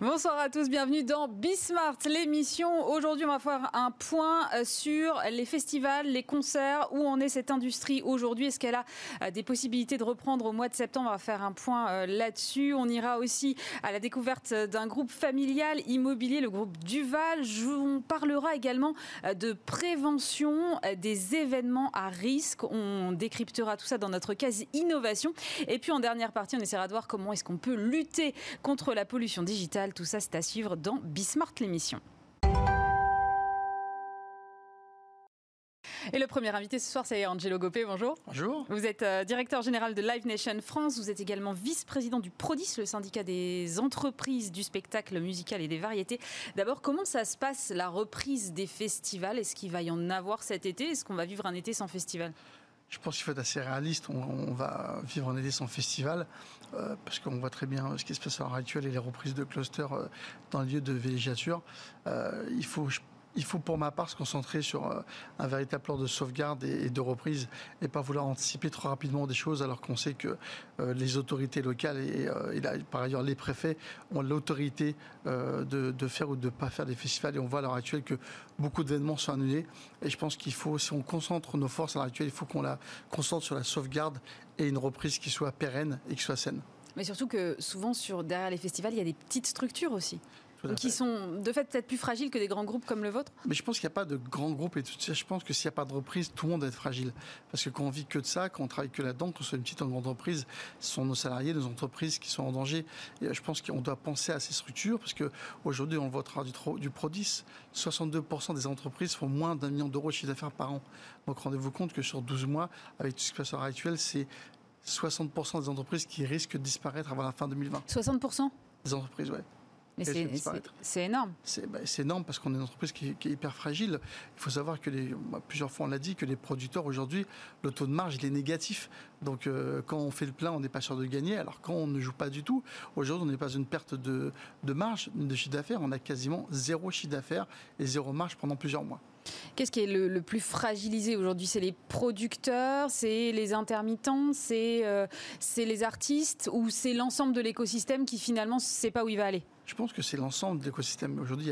Bonsoir à tous, bienvenue dans Bismart, l'émission. Aujourd'hui, on va faire un point sur les festivals, les concerts, où en est cette industrie aujourd'hui. Est-ce qu'elle a des possibilités de reprendre au mois de septembre? On va faire un point là-dessus. On ira aussi à la découverte d'un groupe familial immobilier, le groupe Duval. On parlera également de prévention des événements à risque. On décryptera tout ça dans notre case innovation. Et puis en dernière partie, on essaiera de voir comment est-ce qu'on peut lutter contre la pollution digitale. Tout ça, c'est à suivre dans Bismart, l'émission. Et le premier invité ce soir, c'est Angelo Gopé. Bonjour. Bonjour. Vous êtes directeur général de Live Nation France. Vous êtes également vice-président du PRODIS, le syndicat des entreprises du spectacle musical et des variétés. D'abord, comment ça se passe, la reprise des festivals? Est-ce qu'il va y en avoir cet été? Est-ce qu'on va vivre un été sans festival? Je pense qu'il faut être assez réaliste. On va vivre un été sans festival parce qu'on voit très bien ce qui se passe à l'heure actuelle et les reprises de clusters dans les lieux de villégiature. Il faut pour ma part se concentrer sur un véritable plan de sauvegarde et de reprise et pas vouloir anticiper trop rapidement des choses alors qu'on sait que les autorités locales et par ailleurs les préfets ont l'autorité de faire ou de ne pas faire des festivals et on voit à l'heure actuelle que beaucoup d'événements sont annulés et je pense qu'il faut, si on concentre nos forces à l'heure actuelle, il faut qu'on la concentre sur la sauvegarde et une reprise qui soit pérenne et qui soit saine. Mais surtout que souvent derrière les festivals, il y a des petites structures aussi. Qui sont de fait peut-être plus fragiles que des grands groupes comme le vôtre? Mais je pense qu'il n'y a pas de grands groupes et tout ça. Je pense que s'il n'y a pas de reprise, tout le monde va être fragile. Parce que quand on vit que de ça, quand on travaille que là-dedans, qu'on soit une petite ou une grande entreprise, ce sont nos salariés, nos entreprises qui sont en danger. Et je pense qu'on doit penser à ces structures parce qu'aujourd'hui, on le voit au travers du PRODIS, 62% des entreprises font moins d'1 million d'euros de chiffre d'affaires par an. Donc rendez-vous compte que sur 12 mois, avec tout ce qui se passe à l'heure actuelle, c'est 60% des entreprises qui risquent de disparaître avant la fin 2020. 60% des entreprises, ouais. Mais c'est énorme. C'est énorme parce qu'on est une entreprise qui est hyper fragile. Il faut savoir que plusieurs fois on l'a dit, que les producteurs aujourd'hui, le taux de marge il est négatif. Donc quand on fait le plein, on n'est pas sûr de gagner. Alors quand on ne joue pas du tout, aujourd'hui on n'est pas une perte de marge, de chiffre d'affaires. On a quasiment zéro chiffre d'affaires et zéro marge pendant plusieurs mois. Qu'est-ce qui est le plus fragilisé aujourd'hui? C'est les producteurs, c'est les intermittents, c'est les artistes ou c'est l'ensemble de l'écosystème qui finalement ne sait pas où il va aller? Je pense que c'est l'ensemble de l'écosystème. Aujourd'hui,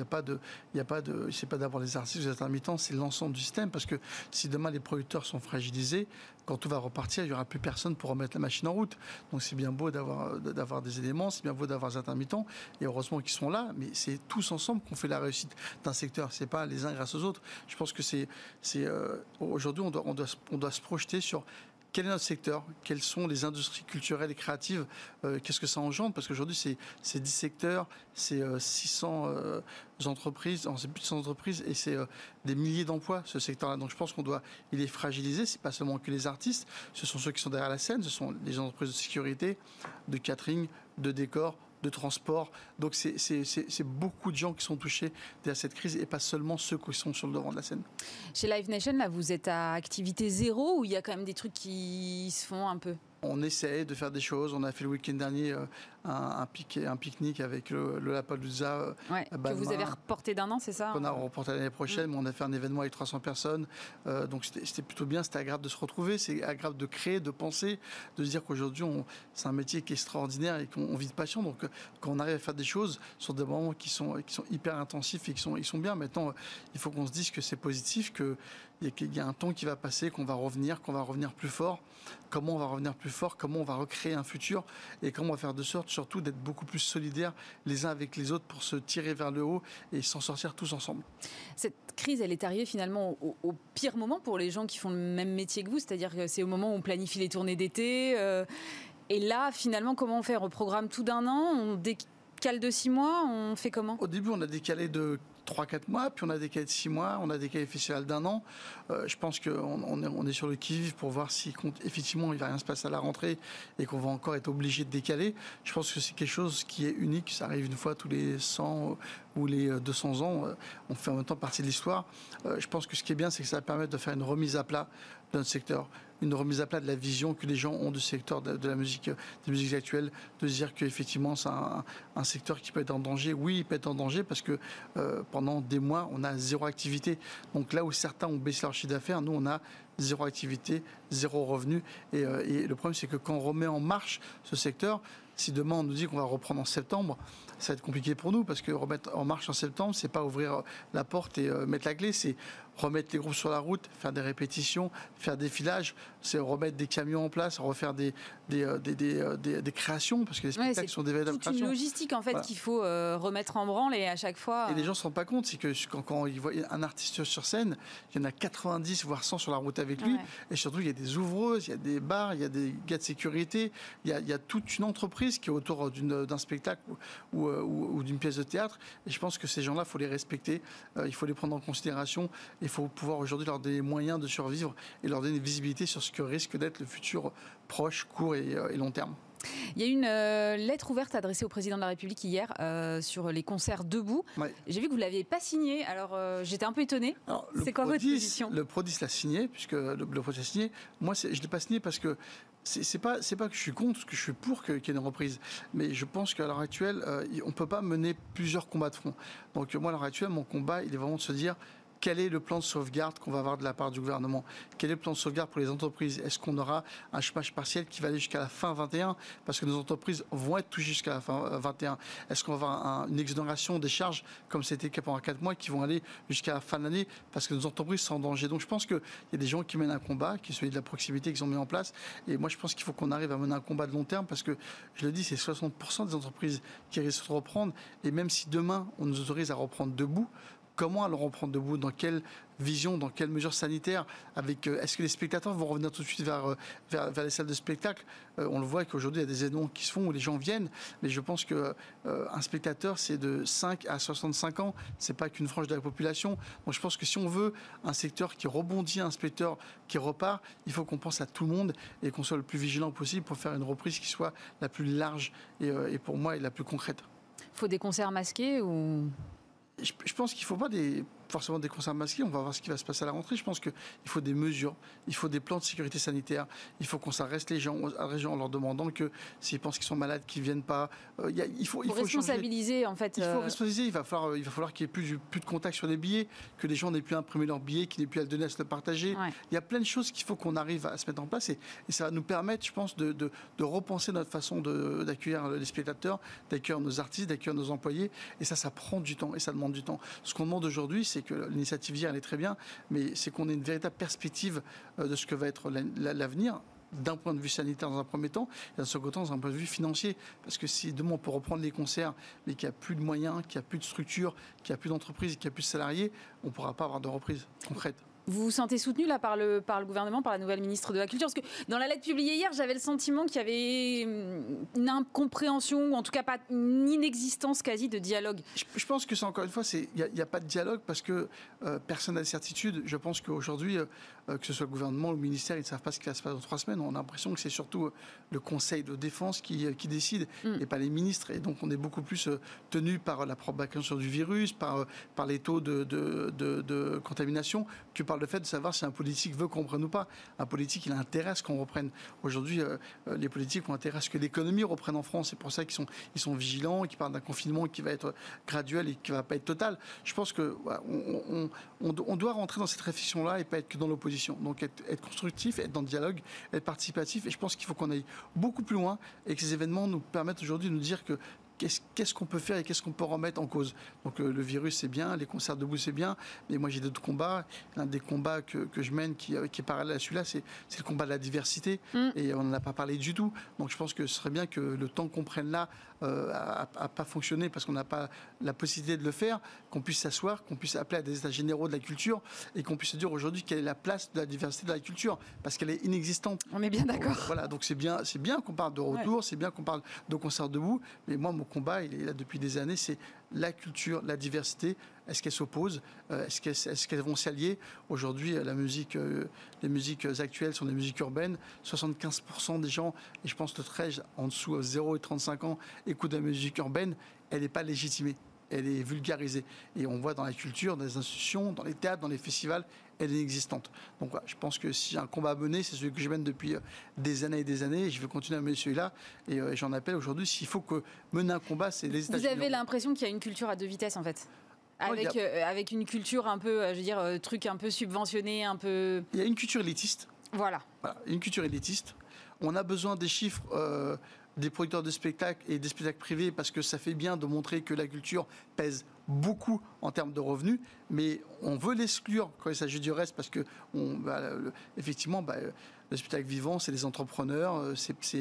c'est pas d'abord les artistes ou les intermittents, c'est l'ensemble du système. Parce que si demain les producteurs sont fragilisés, quand tout va repartir, il n'y aura plus personne pour remettre la machine en route. Donc c'est bien beau d'avoir des éléments, c'est bien beau d'avoir des intermittents, et heureusement qu'ils sont là, mais c'est tous ensemble qu'on fait la réussite d'un secteur. C'est pas les uns grâce aux autres. Je pense que aujourd'hui, on doit se projeter sur quel est notre secteur, quelles sont les industries culturelles et créatives, qu'est-ce que ça engendre? Parce qu'aujourd'hui, c'est 10 secteurs, c'est 600 entreprises, c'est plus de 100 entreprises et c'est des milliers d'emplois, ce secteur-là. Donc je pense il est fragilisé, c'est pas seulement que les artistes, ce sont ceux qui sont derrière la scène, ce sont les entreprises de sécurité, de catering, de décor, de transport. Donc c'est beaucoup de gens qui sont touchés à cette crise et pas seulement ceux qui sont sur le devant de la scène. Chez Live Nation, là, vous êtes à activité zéro ou il y a quand même des trucs qui se font un peu? On essaie de faire des choses. On a fait le week-end dernier un pique-nique avec le Lollapalooza. Que vous avez reporté d'1 an, c'est ça? On a reporté l'année prochaine, mais on a fait un événement avec 300 personnes. Donc c'était plutôt bien, c'était agréable de se retrouver, c'est agréable de créer, de penser, de se dire qu'aujourd'hui, c'est un métier qui est extraordinaire et qu'on vit de passion. Donc quand on arrive à faire des choses sur des moments qui sont hyper intensifs et ils sont bien, maintenant, il faut qu'on se dise que c'est positif, qu'il y a un temps qui va passer, qu'on va revenir plus fort. Comment on va revenir plus fort? Comment on va recréer un futur? Et comment on va faire de sorte, surtout, d'être beaucoup plus solidaires les uns avec les autres pour se tirer vers le haut et s'en sortir tous ensemble. Cette crise, elle est arrivée finalement au pire moment pour les gens qui font le même métier que vous, c'est-à-dire que c'est au moment où on planifie les tournées d'été. Et là, finalement, comment on fait? On reprogramme tout d'1 an, on décale de 6 mois, on fait comment? Au début, on a décalé de 3-4 mois, puis on a décalé de 6 mois, on a décalé le festival d'1 an. Je pense qu'on est sur le qui-vive pour voir si effectivement il ne va rien se passer à la rentrée et qu'on va encore être obligé de décaler. Je pense que c'est quelque chose qui est unique, ça arrive une fois tous les 100 ou les 200 ans, on fait en même temps partie de l'histoire. Je pense que ce qui est bien, c'est que ça va permettre de faire une remise à plat de notre secteur, une remise à plat de la vision que les gens ont du secteur de la musique, des musiques actuelles, de se dire qu'effectivement c'est un secteur qui peut être en danger. Oui, il peut être en danger parce que pendant des mois, on a zéro activité. Donc là où certains ont baissé leur chiffre d'affaires, nous on a zéro activité, zéro revenu. Et le problème, c'est que quand on remet en marche ce secteur, Si demain on nous dit qu'on va reprendre en septembre, ça va être compliqué pour nous parce que remettre en marche en septembre, c'est pas ouvrir la porte et mettre la clé, c'est remettre les groupes sur la route, faire des répétitions, faire des filages, c'est remettre des camions en place, refaire des créations, parce que les spectacles sont des véritables créations. C'est une logistique en fait qu'il faut remettre en branle et à chaque fois... Et les gens ne se rendent pas compte, c'est que quand ils voient un artiste sur scène, il y en a 90 voire 100 sur la route avec lui, et surtout il y a des ouvreuses, il y a des bars, il y a des gars de sécurité, il y a toute une entreprise qui est autour d'un spectacle ou d'une pièce de théâtre, et je pense que ces gens-là, il faut les respecter, il faut les prendre en considération, il faut pouvoir aujourd'hui leur donner les moyens de survivre et leur donner une visibilité sur ce que risque d'être le futur proche, court et long terme. Il y a une lettre ouverte adressée au président de la République hier sur les concerts debout. Ouais. J'ai vu que vous ne l'aviez pas signée, alors j'étais un peu étonnée. C'est quoi votre position ? Le Prodis l'a signé, puisque le Prodis l'a signé. Moi, je ne l'ai pas signé parce que c'est pas que je suis contre, parce que je suis pour qu'il y ait une reprise. Mais je pense qu'à l'heure actuelle, on ne peut pas mener plusieurs combats de front. Donc moi, à l'heure actuelle, mon combat, il est vraiment de se dire... Quel est le plan de sauvegarde qu'on va avoir de la part du gouvernement ? Quel est le plan de sauvegarde pour les entreprises ? Est-ce qu'on aura un chômage partiel qui va aller jusqu'à la fin 21 ? Parce que nos entreprises vont être touchées jusqu'à la fin 21. Est-ce qu'on va avoir une exonération des charges, comme c'était pendant 4 mois, qui vont aller jusqu'à la fin de l'année ? Parce que nos entreprises sont en danger. Donc je pense qu'il y a des gens qui mènent un combat, qui est celui de la proximité qu'ils ont mis en place. Et moi, je pense qu'il faut qu'on arrive à mener un combat de long terme, parce que, je le dis, c'est 60% des entreprises qui risquent de reprendre. Et même si demain, on nous autorise à reprendre debout, comment alors reprendre debout ? Dans quelle vision ? Dans quelles mesures sanitaires ? Est-ce que les spectateurs vont revenir tout de suite vers les salles de spectacle ? On le voit qu'aujourd'hui, il y a des événements qui se font où les gens viennent. Mais je pense qu'un spectateur, c'est de 5 à 65 ans. Ce n'est pas qu'une frange de la population. Donc je pense que si on veut un secteur qui rebondit, un secteur qui repart, il faut qu'on pense à tout le monde et qu'on soit le plus vigilant possible pour faire une reprise qui soit la plus large et pour moi, la plus concrète. Il faut des concerts masqués ou... Je pense qu'il ne faut pas forcément des concerts masqués. On va voir ce qui va se passer à la rentrée. Je pense qu'il faut des mesures, il faut des plans de sécurité sanitaire. Il faut qu'on s'arrête les gens en leur demandant que s'ils pensent qu'ils sont malades, qu'ils ne viennent pas. Il faut responsabiliser en fait. Il faut responsabiliser. Il va falloir qu'il n'y ait plus de contact sur les billets, que les gens n'aient plus à imprimer leurs billets, qu'ils n'aient plus à le donner, à se le partager. Ouais. Il y a plein de choses qu'il faut qu'on arrive à se mettre en place et ça va nous permettre, je pense, de repenser notre façon d'accueillir les spectateurs, d'accueillir nos artistes, d'accueillir nos employés. Et ça prend du temps et ça demande du temps. Ce qu'on demande aujourd'hui, c'est que l'initiative hier, elle est très bien, mais c'est qu'on ait une véritable perspective de ce que va être l'avenir d'un point de vue sanitaire dans un premier temps et dans un second temps dans un point de vue financier. Parce que si demain on peut reprendre les concerts mais qu'il n'y a plus de moyens, qu'il n'y a plus de structure, qu'il n'y a plus d'entreprise, qu'il n'y a plus de salariés, on ne pourra pas avoir de reprise concrète. Vous vous sentez soutenu là par le gouvernement, par la nouvelle ministre de la Culture ? Parce que dans la lettre publiée hier, j'avais le sentiment qu'il y avait une incompréhension, ou en tout cas pas une inexistence quasi de dialogue. Je pense que c'est encore une fois, il n'y a pas de dialogue parce que personne n'a de certitude. Je pense qu'aujourd'hui, que ce soit le gouvernement ou le ministère, ils ne savent pas ce qui va se passer dans 3 semaines. On a l'impression que c'est surtout le Conseil de défense qui décide et pas les ministres. Et donc on est beaucoup plus tenu par la propagation du virus, par les taux de contamination que par le fait de savoir si un politique veut qu'on reprenne ou pas. Un politique, il a intérêt à ce qu'on reprenne. Aujourd'hui, les politiques ont intérêt à ce que l'économie reprenne en France. C'est pour ça qu'ils sont vigilants, qu'ils parlent d'un confinement qui va être graduel et qui ne va pas être total. Je pense qu'on on doit rentrer dans cette réflexion-là et pas être que dans l'opposition. Donc être constructif, être dans le dialogue, être participatif. Et je pense qu'il faut qu'on aille beaucoup plus loin et que ces événements nous permettent aujourd'hui de nous dire que qu'est-ce qu'on peut faire et qu'est-ce qu'on peut remettre en cause. Donc le virus, c'est bien, les concerts debout, c'est bien, mais moi j'ai d'autres combats. L'un des combats que je mène qui est parallèle à celui-là, c'est le combat de la diversité, et on n'en a pas parlé du tout. Donc je pense que ce serait bien que le temps qu'on prenne là à pas fonctionner parce qu'on n'a pas la possibilité de le faire, qu'on puisse s'asseoir, qu'on puisse appeler à des états généraux de la culture et qu'on puisse se dire aujourd'hui quelle est la place de la diversité de la culture, parce qu'elle est inexistante. On est bien d'accord. Voilà, donc c'est bien qu'on parle de retour, c'est bien qu'on parle de concerts debout, mais moi mon combat, il est là depuis des années, c'est la culture, la diversité. Est-ce qu'elles s'opposent ? Est-ce qu'elles vont s'allier ? Aujourd'hui, les musiques actuelles sont des musiques urbaines. 75% des gens, et je pense que le 13 en dessous de 0 et 35 ans, écoutent de la musique urbaine. Elle n'est pas légitimée. Elle est vulgarisée. Et on voit dans la culture, dans les institutions, dans les théâtres, dans les festivals, elle est inexistante. Donc voilà, je pense que si j'ai un combat à mener, c'est celui que je mène depuis des années et des années, et je vais continuer à mener celui-là. Et j'en appelle aujourd'hui, s'il faut que mener un combat, c'est les États-Unis. Vous avez l'impression qu'il y a une culture à 2 vitesses, en fait ? Avec une culture un peu, je veux dire, truc un peu subventionné, un peu... Il y a une culture élitiste. Voilà, une culture élitiste. On a besoin des chiffres des producteurs de spectacles et des spectacles privés parce que ça fait bien de montrer que la culture pèse beaucoup en termes de revenus, mais on veut l'exclure quand il s'agit du reste parce que effectivement, le spectacle vivant, c'est des entrepreneurs,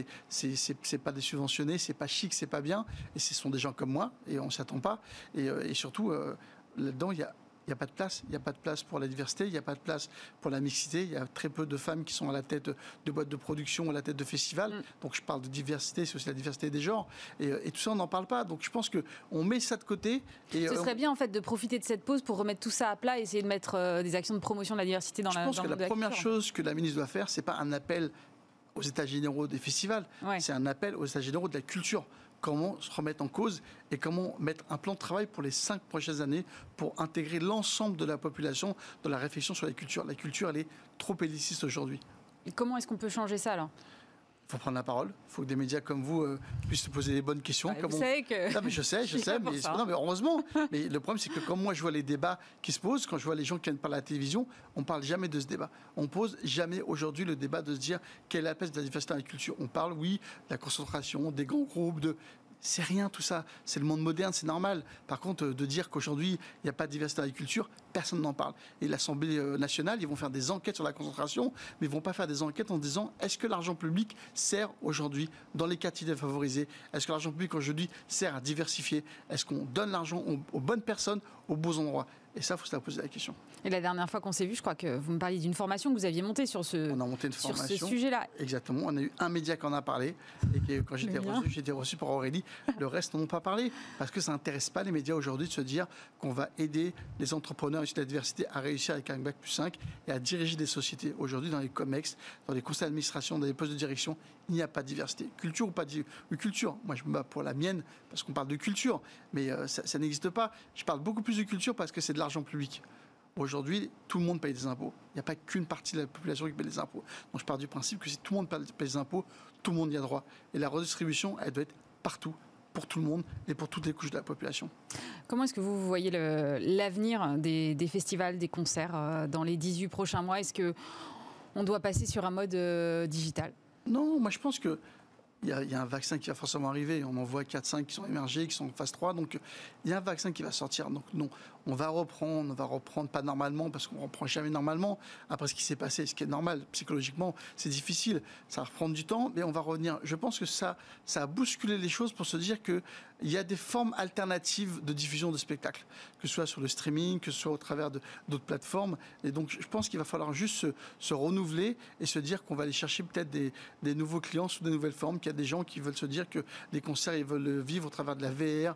c'est pas des subventionnés, c'est pas chic, c'est pas bien, et ce sont des gens comme moi, et on s'y attend pas, et surtout là-dedans, il n'y a pas de place. Il n'y a pas de place pour la diversité, il n'y a pas de place pour la mixité. Il y a très peu de femmes qui sont à la tête de boîtes de production, à la tête de festivals. Donc je parle de diversité, c'est aussi la diversité des genres. Et tout ça, on n'en parle pas. Donc je pense qu'on met ça de côté. Ce serait bien en fait de profiter de cette pause pour remettre tout ça à plat et essayer de mettre des actions de promotion de la diversité dans je pense que la première chose que la ministre doit faire, c'est pas un appel aux états généraux des festivals, c'est un appel aux états généraux de la culture. Comment se remettre en cause et comment mettre un plan de travail pour les 5 prochaines années pour intégrer l'ensemble de la population dans la réflexion sur la culture. La culture, elle est trop éliciste aujourd'hui. Et comment est-ce qu'on peut changer ça alors ? Il faut prendre la parole. Il faut que des médias comme vous puissent se poser les bonnes questions. Vous savez que... Non, mais je sais, mais heureusement. Mais le problème, c'est que quand moi je vois les débats qui se posent, quand je vois les gens qui viennent par la télévision, on ne parle jamais de ce débat. On ne pose jamais aujourd'hui le débat de se dire quelle est la place de la diversité dans la culture. On parle, oui, de la concentration, des grands groupes, c'est rien tout ça, c'est le monde moderne, c'est normal. Par contre, de dire qu'aujourd'hui, il n'y a pas de diversité dans la culture, personne n'en parle. Et l'Assemblée nationale, ils vont faire des enquêtes sur la concentration, mais ils ne vont pas faire des enquêtes en disant est-ce que l'argent public sert aujourd'hui dans les quartiers défavorisés ? Est-ce que l'argent public aujourd'hui sert à diversifier ? Est-ce qu'on donne l'argent aux bonnes personnes, aux beaux endroits ? Et ça, il faut se la poser la question. Et la dernière fois qu'on s'est vu, je crois que vous me parliez d'une formation que vous aviez montée sur ce, on a monté une formation, sur ce sujet-là. Exactement. On a eu un média qui en a parlé. Et quand j'étais reçu par Aurélie, le reste n'en ont pas parlé. Parce que ça n'intéresse pas les médias aujourd'hui de se dire qu'on va aider les entrepreneurs issus de la diversité à réussir avec un Bac+5 et à diriger des sociétés. Aujourd'hui, dans les COMEX, dans les conseils d'administration, dans les postes de direction, il n'y a pas de diversité. Culture ou pas de culture. Moi, je me bats pour la mienne parce qu'on parle de culture. Mais ça n'existe pas. Je parle beaucoup plus de culture parce que c'est de l'argent public. Aujourd'hui, tout le monde paye des impôts. Il n'y a pas qu'une partie de la population qui paye des impôts. Donc je pars du principe que si tout le monde paye des impôts, tout le monde y a droit. Et la redistribution, elle doit être partout, pour tout le monde et pour toutes les couches de la population. Comment est-ce que vous voyez l'avenir des festivals, des concerts dans les 18 prochains mois ? Est-ce qu'on doit passer sur un mode digital ? Non, moi je pense que il y a un vaccin qui va forcément arriver. On en voit 4-5 qui sont émergés, qui sont en phase 3. Donc, il y a un vaccin qui va sortir. Donc, non, on va reprendre pas normalement, parce qu'on ne reprend jamais normalement. Après ce qui s'est passé, ce qui est normal, psychologiquement, c'est difficile. Ça va reprendre du temps, mais on va revenir. Je pense que ça a bousculé les choses pour se dire qu'il y a des formes alternatives de diffusion de spectacles, que ce soit sur le streaming, que ce soit au travers d'autres plateformes. Et donc, je pense qu'il va falloir juste se renouveler et se dire qu'on va aller chercher peut-être des nouveaux clients sous des nouvelles formes. Il y a des gens qui veulent se dire que des concerts, ils veulent vivre au travers de la VR.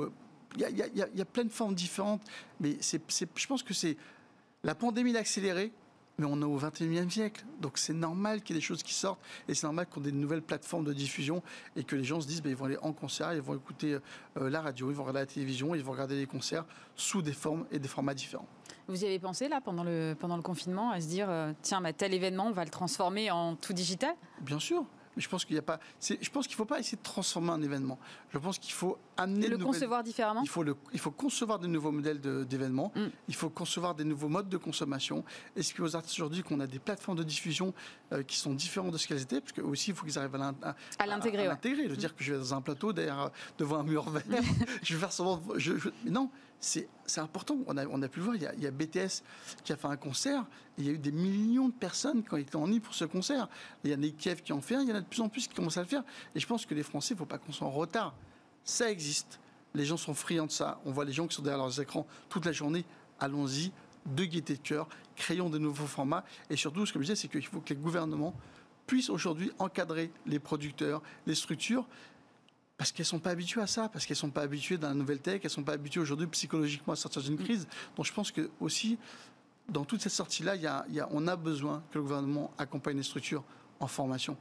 Il y a plein de formes différentes. Mais je pense que la pandémie l'a accéléré, mais on est au XXIe siècle. Donc c'est normal qu'il y ait des choses qui sortent. Et c'est normal qu'on ait de nouvelles plateformes de diffusion et que les gens se disent ils vont aller en concert, ils vont écouter la radio, ils vont regarder la télévision, ils vont regarder les concerts sous des formes et des formats différents. Vous y avez pensé là pendant le confinement à se dire tiens, tel événement, on va le transformer en tout digital ? Bien sûr. Mais je pense qu'il ne faut pas essayer de transformer un événement. Je pense qu'il faut amener le concevoir différemment. Il faut concevoir de nouveaux modèles d'événements. Il faut concevoir des nouveaux modes de consommation. Et ce qui aux artistes aujourd'hui, qu'on a des plateformes de diffusion qui sont différentes de ce qu'elles étaient, parce que aussi il faut qu'ils arrivent à l'intégrer. Je veux dire que je vais dans un plateau devant un mur vert, je vais faire semblant. Mais non. C'est important. On a pu le voir. Il y a BTS qui a fait un concert. Et il y a eu des millions de personnes qui ont été en ligne pour ce concert. Il y a Nick Cave qui en fait un. Il y en a de plus en plus qui commencent à le faire. Et je pense que les Français, il ne faut pas qu'on soit en retard. Ça existe. Les gens sont friands de ça. On voit les gens qui sont derrière leurs écrans toute la journée. Allons-y, de gaieté de cœur. Créons de nouveaux formats. Et surtout, ce que je disais, c'est qu'il faut que les gouvernements puissent aujourd'hui encadrer les producteurs, les structures. Parce qu'elles ne sont pas habituées à ça, parce qu'elles ne sont pas habituées dans la nouvelle tech, elles ne sont pas habituées aujourd'hui psychologiquement à sortir d'une crise. Donc je pense que aussi, dans toute cette sortie-là, on a besoin que le gouvernement accompagne les structures en formation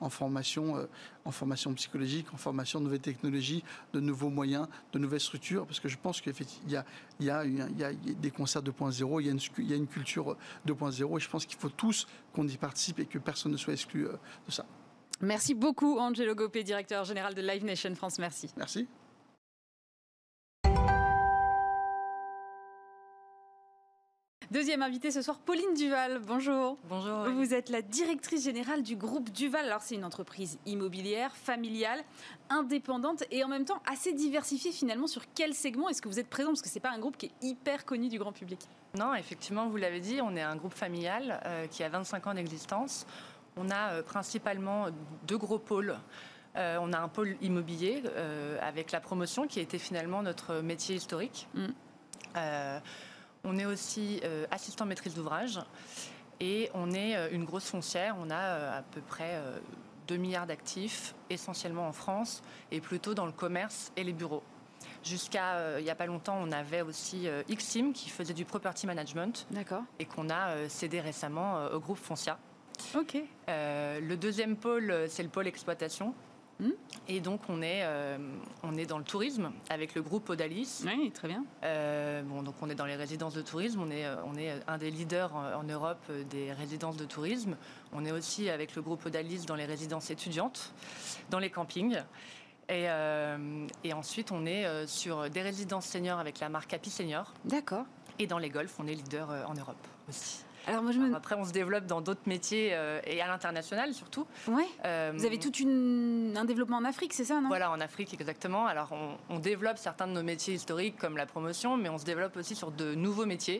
psychologique, en formation de nouvelles technologies, de nouveaux moyens, de nouvelles structures, parce que je pense qu'il y a des concerts 2.0, il y a une culture 2.0, et je pense qu'il faut tous qu'on y participe et que personne ne soit exclu de ça. Merci beaucoup, Angelo Gopé, directeur général de Live Nation France. Merci. Merci. Deuxième invitée ce soir, Pauline Duval. Bonjour. Bonjour. Vous êtes la directrice générale du groupe Duval. Alors, c'est une entreprise immobilière, familiale, indépendante et en même temps assez diversifiée finalement. Sur quel segment est-ce que vous êtes présent? Parce que ce n'est pas un groupe qui est hyper connu du grand public. Non, effectivement, vous l'avez dit, on est un groupe familial qui a 25 ans d'existence. On a principalement 2 gros pôles. On a un pôle immobilier avec la promotion qui a été finalement notre métier historique. On est aussi assistant maîtrise d'ouvrage et on est une grosse foncière. On a à peu près 2 milliards d'actifs, essentiellement en France et plutôt dans le commerce et les bureaux. Jusqu'à il n'y a pas longtemps, on avait aussi XIM qui faisait du property management. D'accord. Et qu'on a cédé récemment au groupe Foncia. Ok. Le deuxième pôle, c'est le pôle exploitation. Et donc, on est dans le tourisme avec le groupe Odalis. Oui, très bien. Donc on est dans les résidences de tourisme. On est un des leaders en Europe des résidences de tourisme. On est aussi avec le groupe Odalis dans les résidences étudiantes, dans les campings. Et ensuite, on est sur des résidences seniors avec la marque Happy Senior. D'accord. Et dans les golfs, on est leader en Europe aussi. Alors moi, après, on se développe dans d'autres métiers et à l'international surtout. Ouais. Vous avez tout un développement en Afrique, c'est ça, non? Voilà, en Afrique, exactement. Alors, on développe certains de nos métiers historiques comme la promotion, mais on se développe aussi sur de nouveaux métiers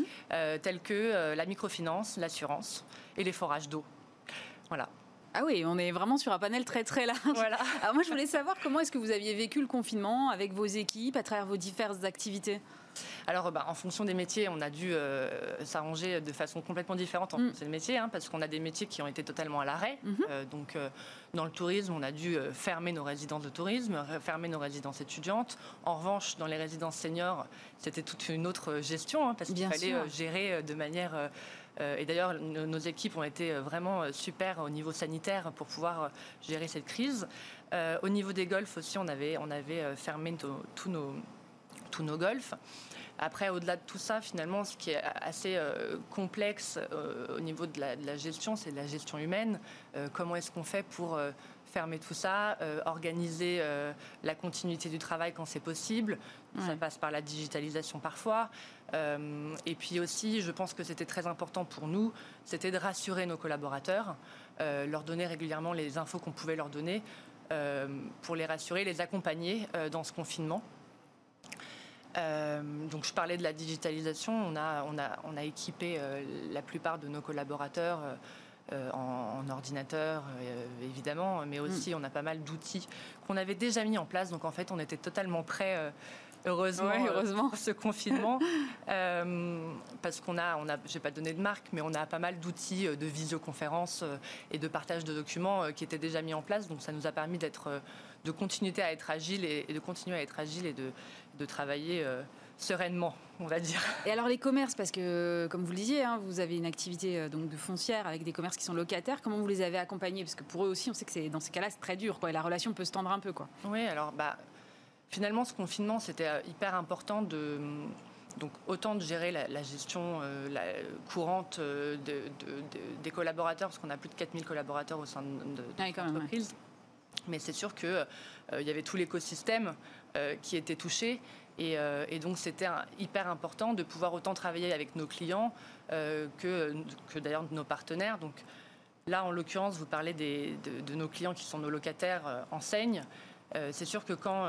tels que la microfinance, l'assurance et les forages d'eau. Voilà. Ah oui, on est vraiment sur un panel très très large. Voilà. Alors moi, je voulais savoir comment est-ce que vous aviez vécu le confinement avec vos équipes à travers vos diverses activités. Alors, en fonction des métiers, on a dû s'arranger de façon complètement différente en fonction des métiers, parce qu'on a des métiers qui ont été totalement à l'arrêt. Donc, dans le tourisme, on a dû fermer nos résidences de tourisme, fermer nos résidences étudiantes. En revanche, dans les résidences seniors, c'était toute une autre gestion, parce qu'il fallait gérer de manière... et d'ailleurs, nos équipes ont été vraiment super au niveau sanitaire pour pouvoir gérer cette crise. Au niveau des golfs aussi, on avait fermé tous nos golfs. Après, au-delà de tout ça, finalement, ce qui est assez complexe au niveau de la gestion, c'est de la gestion humaine. Comment est-ce qu'on fait pour fermer tout ça, organiser la continuité du travail quand c'est possible. Ça passe par la digitalisation parfois. Et puis aussi, je pense que c'était très important pour nous, c'était de rassurer nos collaborateurs, leur donner régulièrement les infos qu'on pouvait leur donner pour les rassurer, les accompagner dans ce confinement. Donc je parlais de la digitalisation, on a équipé la plupart de nos collaborateurs en ordinateur évidemment, mais aussi on a pas mal d'outils qu'on avait déjà mis en place, donc en fait on était totalement prêts heureusement pour ce confinement parce qu'on a, je vais pas donner de marque, mais on a pas mal d'outils de visioconférence et de partage de documents qui étaient déjà mis en place, donc ça nous a permis de continuer à être agile et de continuer à être agile et de travailler sereinement, on va dire. Et alors les commerces, parce que comme vous le disiez, vous avez une activité donc de foncière avec des commerces qui sont locataires. Comment vous les avez accompagnés? Parce que pour eux aussi, on sait que dans ces cas-là, c'est très dur, et la relation peut se tendre un peu, quoi. Oui, alors finalement, ce confinement, c'était hyper important donc autant de gérer la gestion courante des collaborateurs, parce qu'on a plus de 4000 collaborateurs au sein de l'entreprise. Mais c'est sûr qu'il y avait tout l'écosystème qui était touché. Et donc, c'était hyper important de pouvoir autant travailler avec nos clients que d'ailleurs nos partenaires. Donc là, en l'occurrence, vous parlez de nos clients qui sont nos locataires enseignes. C'est sûr que quand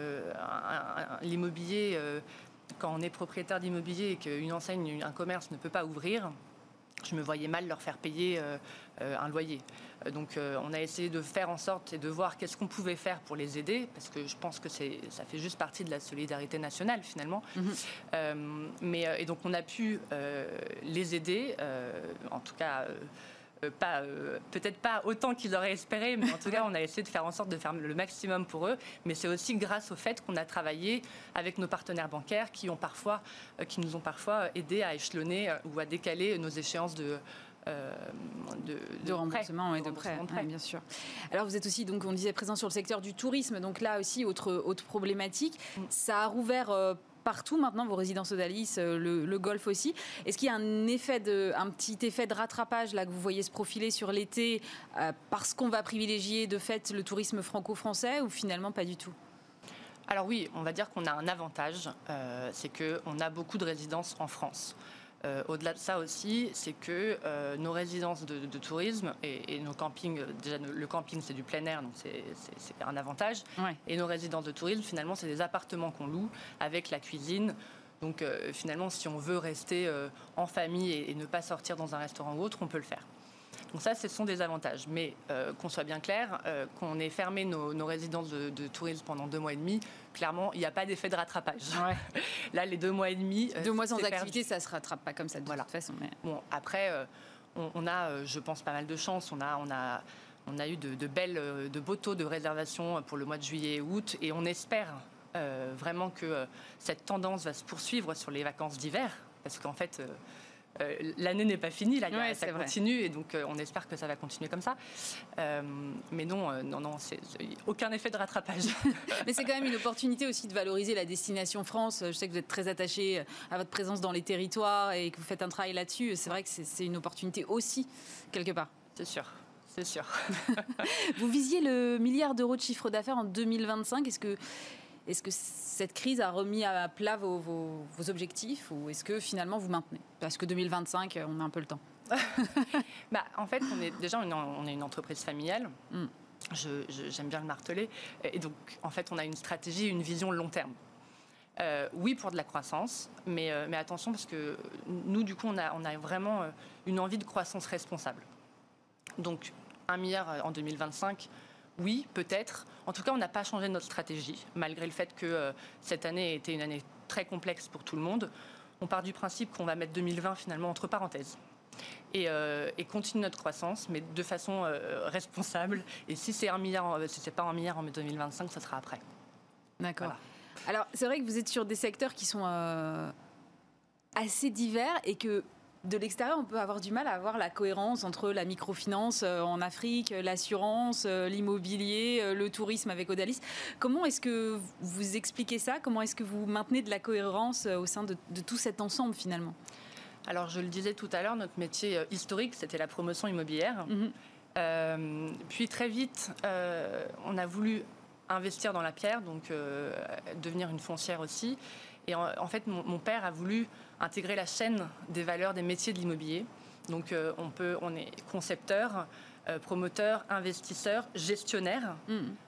l'immobilier, quand on est propriétaire d'immobilier et qu'une enseigne, un commerce ne peut pas ouvrir, je me voyais mal leur faire payer un loyer. Donc on a essayé de faire en sorte et de voir qu'est-ce qu'on pouvait faire pour les aider, parce que je pense que ça fait juste partie de la solidarité nationale finalement. Et donc on a pu les aider, en tout cas peut-être pas autant qu'ils auraient espéré, mais en tout cas on a essayé de faire en sorte de faire le maximum pour eux. Mais c'est aussi grâce au fait qu'on a travaillé avec nos partenaires bancaires qui nous ont parfois aidés à échelonner ou à décaler nos échéances de remboursement et de prêt, bien sûr. Alors vous êtes aussi, donc on disait, présent sur le secteur du tourisme, donc là aussi autre problématique. Ça a rouvert partout maintenant, vos résidences Odalis, le golf aussi. Est-ce qu'il y a un petit effet de rattrapage là que vous voyez se profiler sur l'été parce qu'on va privilégier de fait le tourisme franco-français, ou finalement pas du tout? Alors oui, on va dire qu'on a un avantage, c'est qu'on a beaucoup de résidences en France. Au-delà de ça aussi, c'est que nos résidences de tourisme et nos campings, déjà le camping c'est du plein air, donc c'est un avantage. Ouais. Et nos résidences de tourisme, finalement, c'est des appartements qu'on loue avec la cuisine. Donc finalement, si on veut rester en famille et ne pas sortir dans un restaurant ou autre, on peut le faire. Donc ça, ce sont des avantages. Mais qu'on soit bien clair, qu'on ait fermé nos résidences de tourisme pendant 2 mois et demi, clairement, il n'y a pas d'effet de rattrapage. Ouais. Là, les 2 mois et demi... 2 mois sans activité, ça ne se rattrape pas comme ça de toute façon. Mais... Bon, après, on a, je pense, pas mal de chance. On a eu de beaux taux de réservation pour le mois de juillet et août. Et on espère vraiment que cette tendance va se poursuivre sur les vacances d'hiver. Parce qu'en fait... l'année n'est pas finie, là, ça continue et donc on espère que ça va continuer comme ça. Mais non, c'est aucun effet de rattrapage. Mais c'est quand même une opportunité aussi de valoriser la destination France. Je sais que vous êtes très attaché à votre présence dans les territoires et que vous faites un travail là-dessus. C'est vrai que c'est une opportunité aussi, quelque part. C'est sûr. C'est sûr. Vous visiez le 1 milliard d'euros de chiffre d'affaires en 2025. Est-ce que cette crise a remis à plat vos objectifs ou est-ce que finalement vous maintenez? Parce que 2025, on a un peu le temps. En fait, on est une entreprise familiale. J'aime bien le marteler. Et donc, en fait, on a une stratégie, une vision long terme. Oui, pour de la croissance, mais attention parce que nous, du coup, on a vraiment une envie de croissance responsable. Donc, 1 milliard en 2025... Oui, peut-être. En tout cas, on n'a pas changé notre stratégie, malgré le fait que cette année a été une année très complexe pour tout le monde. On part du principe qu'on va mettre 2020 finalement entre parenthèses et continuer notre croissance, mais de façon responsable. Et si c'est 1 milliard, si c'est pas 1 milliard en 2025, ça sera après. D'accord. Voilà. Alors, c'est vrai que vous êtes sur des secteurs qui sont assez divers et que de l'extérieur, on peut avoir du mal à avoir la cohérence entre la microfinance en Afrique, l'assurance, l'immobilier, le tourisme avec Odalis. Comment est-ce que vous expliquez ça? Comment est-ce que vous maintenez de la cohérence au sein de tout cet ensemble finalement? Alors, je le disais tout à l'heure, notre métier historique, c'était la promotion immobilière. Puis très vite, on a voulu investir dans la pierre, donc devenir une foncière aussi. Et en fait, mon père a voulu intégrer la chaîne des valeurs des métiers de l'immobilier. Donc, on est concepteur, promoteur, investisseur, gestionnaire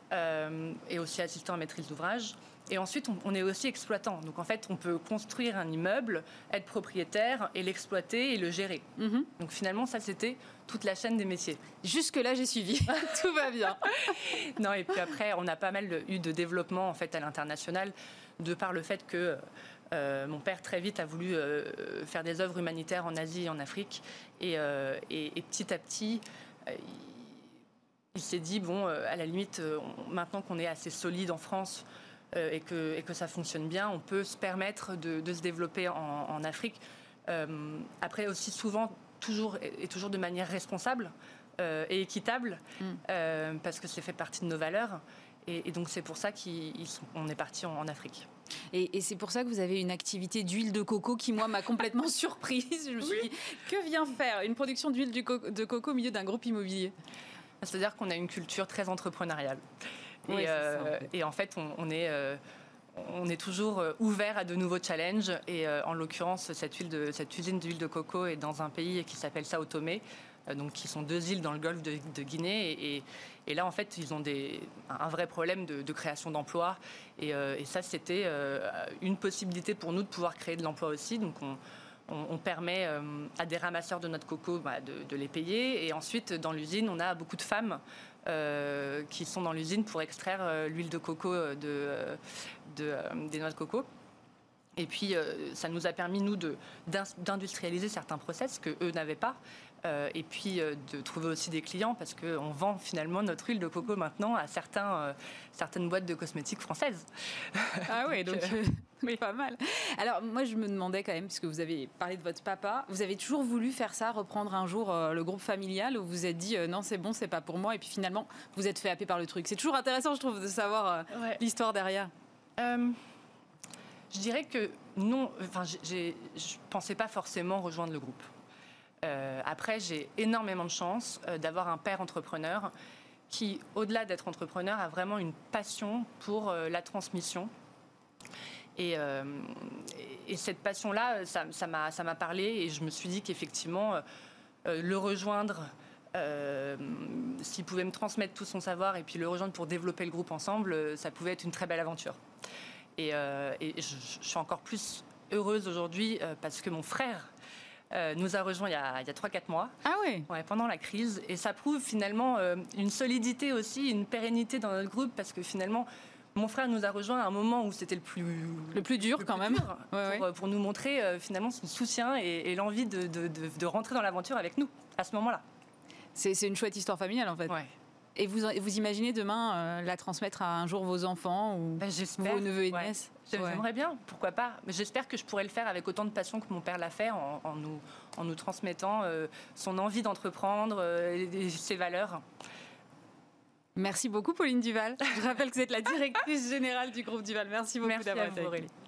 et aussi assistant à maîtrise d'ouvrage. Et ensuite, on est aussi exploitant. Donc, en fait, on peut construire un immeuble, être propriétaire et l'exploiter et le gérer. Donc, finalement, ça, c'était toute la chaîne des métiers. Jusque-là, j'ai suivi. Tout va bien. Non, et puis après, on a pas mal eu de développement en fait, à l'international, de par le fait que mon père, très vite, a voulu faire des œuvres humanitaires en Asie et en Afrique. Et petit à petit, il s'est dit, bon, à la limite, maintenant qu'on est assez solide en France, et que ça fonctionne bien, on peut se permettre de se développer en Afrique. Après aussi souvent, toujours de manière responsable et équitable, parce que c'est fait partie de nos valeurs. Et donc c'est pour ça qu'on est parti en Afrique. Et c'est pour ça que vous avez une activité d'huile de coco qui, moi, m'a complètement surprise. Je me suis dit, que vient faire une production d'huile de coco au milieu d'un groupe immobilier? C'est-à-dire qu'on a une culture très entrepreneuriale. Oui, et en fait, on est toujours ouvert à de nouveaux challenges. Et en l'occurrence, cette usine d'huile de coco est dans un pays qui s'appelle Sao Tomé, donc qui sont 2 îles dans le golfe de Guinée. Et là, en fait, ils ont un vrai problème de création d'emplois. Et ça, c'était une possibilité pour nous de pouvoir créer de l'emploi aussi. Donc, on permet à des ramasseurs de notre coco de les payer. Et ensuite, dans l'usine, on a beaucoup de femmes qui sont dans l'usine pour extraire l'huile de coco des noix de coco. Et puis, ça nous a permis, nous, d'industrialiser certains process qu'eux n'avaient pas. Et puis, de trouver aussi des clients, parce qu'on vend finalement notre huile de coco maintenant à certaines boîtes de cosmétiques françaises. Ah oui, donc oui, pas mal. Alors, moi, je me demandais quand même, puisque vous avez parlé de votre papa, vous avez toujours voulu faire ça, reprendre un jour le groupe familial, où vous vous êtes dit non, c'est bon, c'est pas pour moi, et puis finalement, vous êtes fait happer par le truc. C'est toujours intéressant, je trouve, de savoir l'histoire derrière. Je dirais que non, je pensais pas forcément rejoindre le groupe. Après, j'ai énormément de chance d'avoir un père entrepreneur qui, au-delà d'être entrepreneur, a vraiment une passion pour la transmission Et cette passion-là, ça m'a parlé et je me suis dit qu'effectivement, le rejoindre, s'il pouvait me transmettre tout son savoir et puis le rejoindre pour développer le groupe ensemble, ça pouvait être une très belle aventure. Et je suis encore plus heureuse aujourd'hui parce que mon frère nous a rejoints il y a 3-4 mois. Ah oui. Ouais, pendant la crise. Et ça prouve finalement une solidité aussi, une pérennité dans notre groupe parce que finalement, mon frère nous a rejoints à un moment où c'était le plus dur quand même. Pour nous montrer finalement son soutien et l'envie de rentrer dans l'aventure avec nous à ce moment-là. C'est une chouette histoire familiale en fait. Ouais. Et vous imaginez demain la transmettre à un jour vos enfants ou vos neveux et nièces? J'aimerais bien, pourquoi pas. Mais j'espère que je pourrais le faire avec autant de passion que mon père l'a fait en nous transmettant son envie d'entreprendre et ses valeurs. Merci beaucoup Pauline Duval. Je rappelle que vous êtes la directrice générale du groupe Duval. Merci beaucoup d'avoir été avec nous.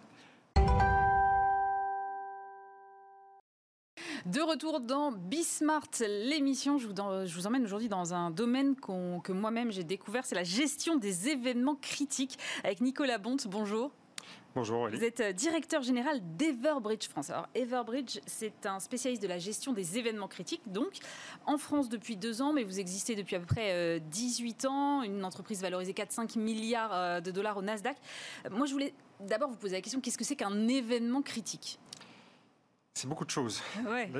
De retour dans Bismart, l'émission. Je vous emmène aujourd'hui dans un domaine que moi-même j'ai découvert, c'est la gestion des événements critiques avec Nicolas Bonte. Bonjour. Bonjour Aurélie. Vous êtes directeur général d'Everbridge France. Alors Everbridge, c'est un spécialiste de la gestion des événements critiques, donc en France depuis 2 ans, mais vous existez depuis à peu près 18 ans, une entreprise valorisée 4-5 milliards de dollars au Nasdaq. Moi, je voulais d'abord vous poser la question, qu'est-ce que c'est qu'un événement critique ? C'est beaucoup de choses. Ouais.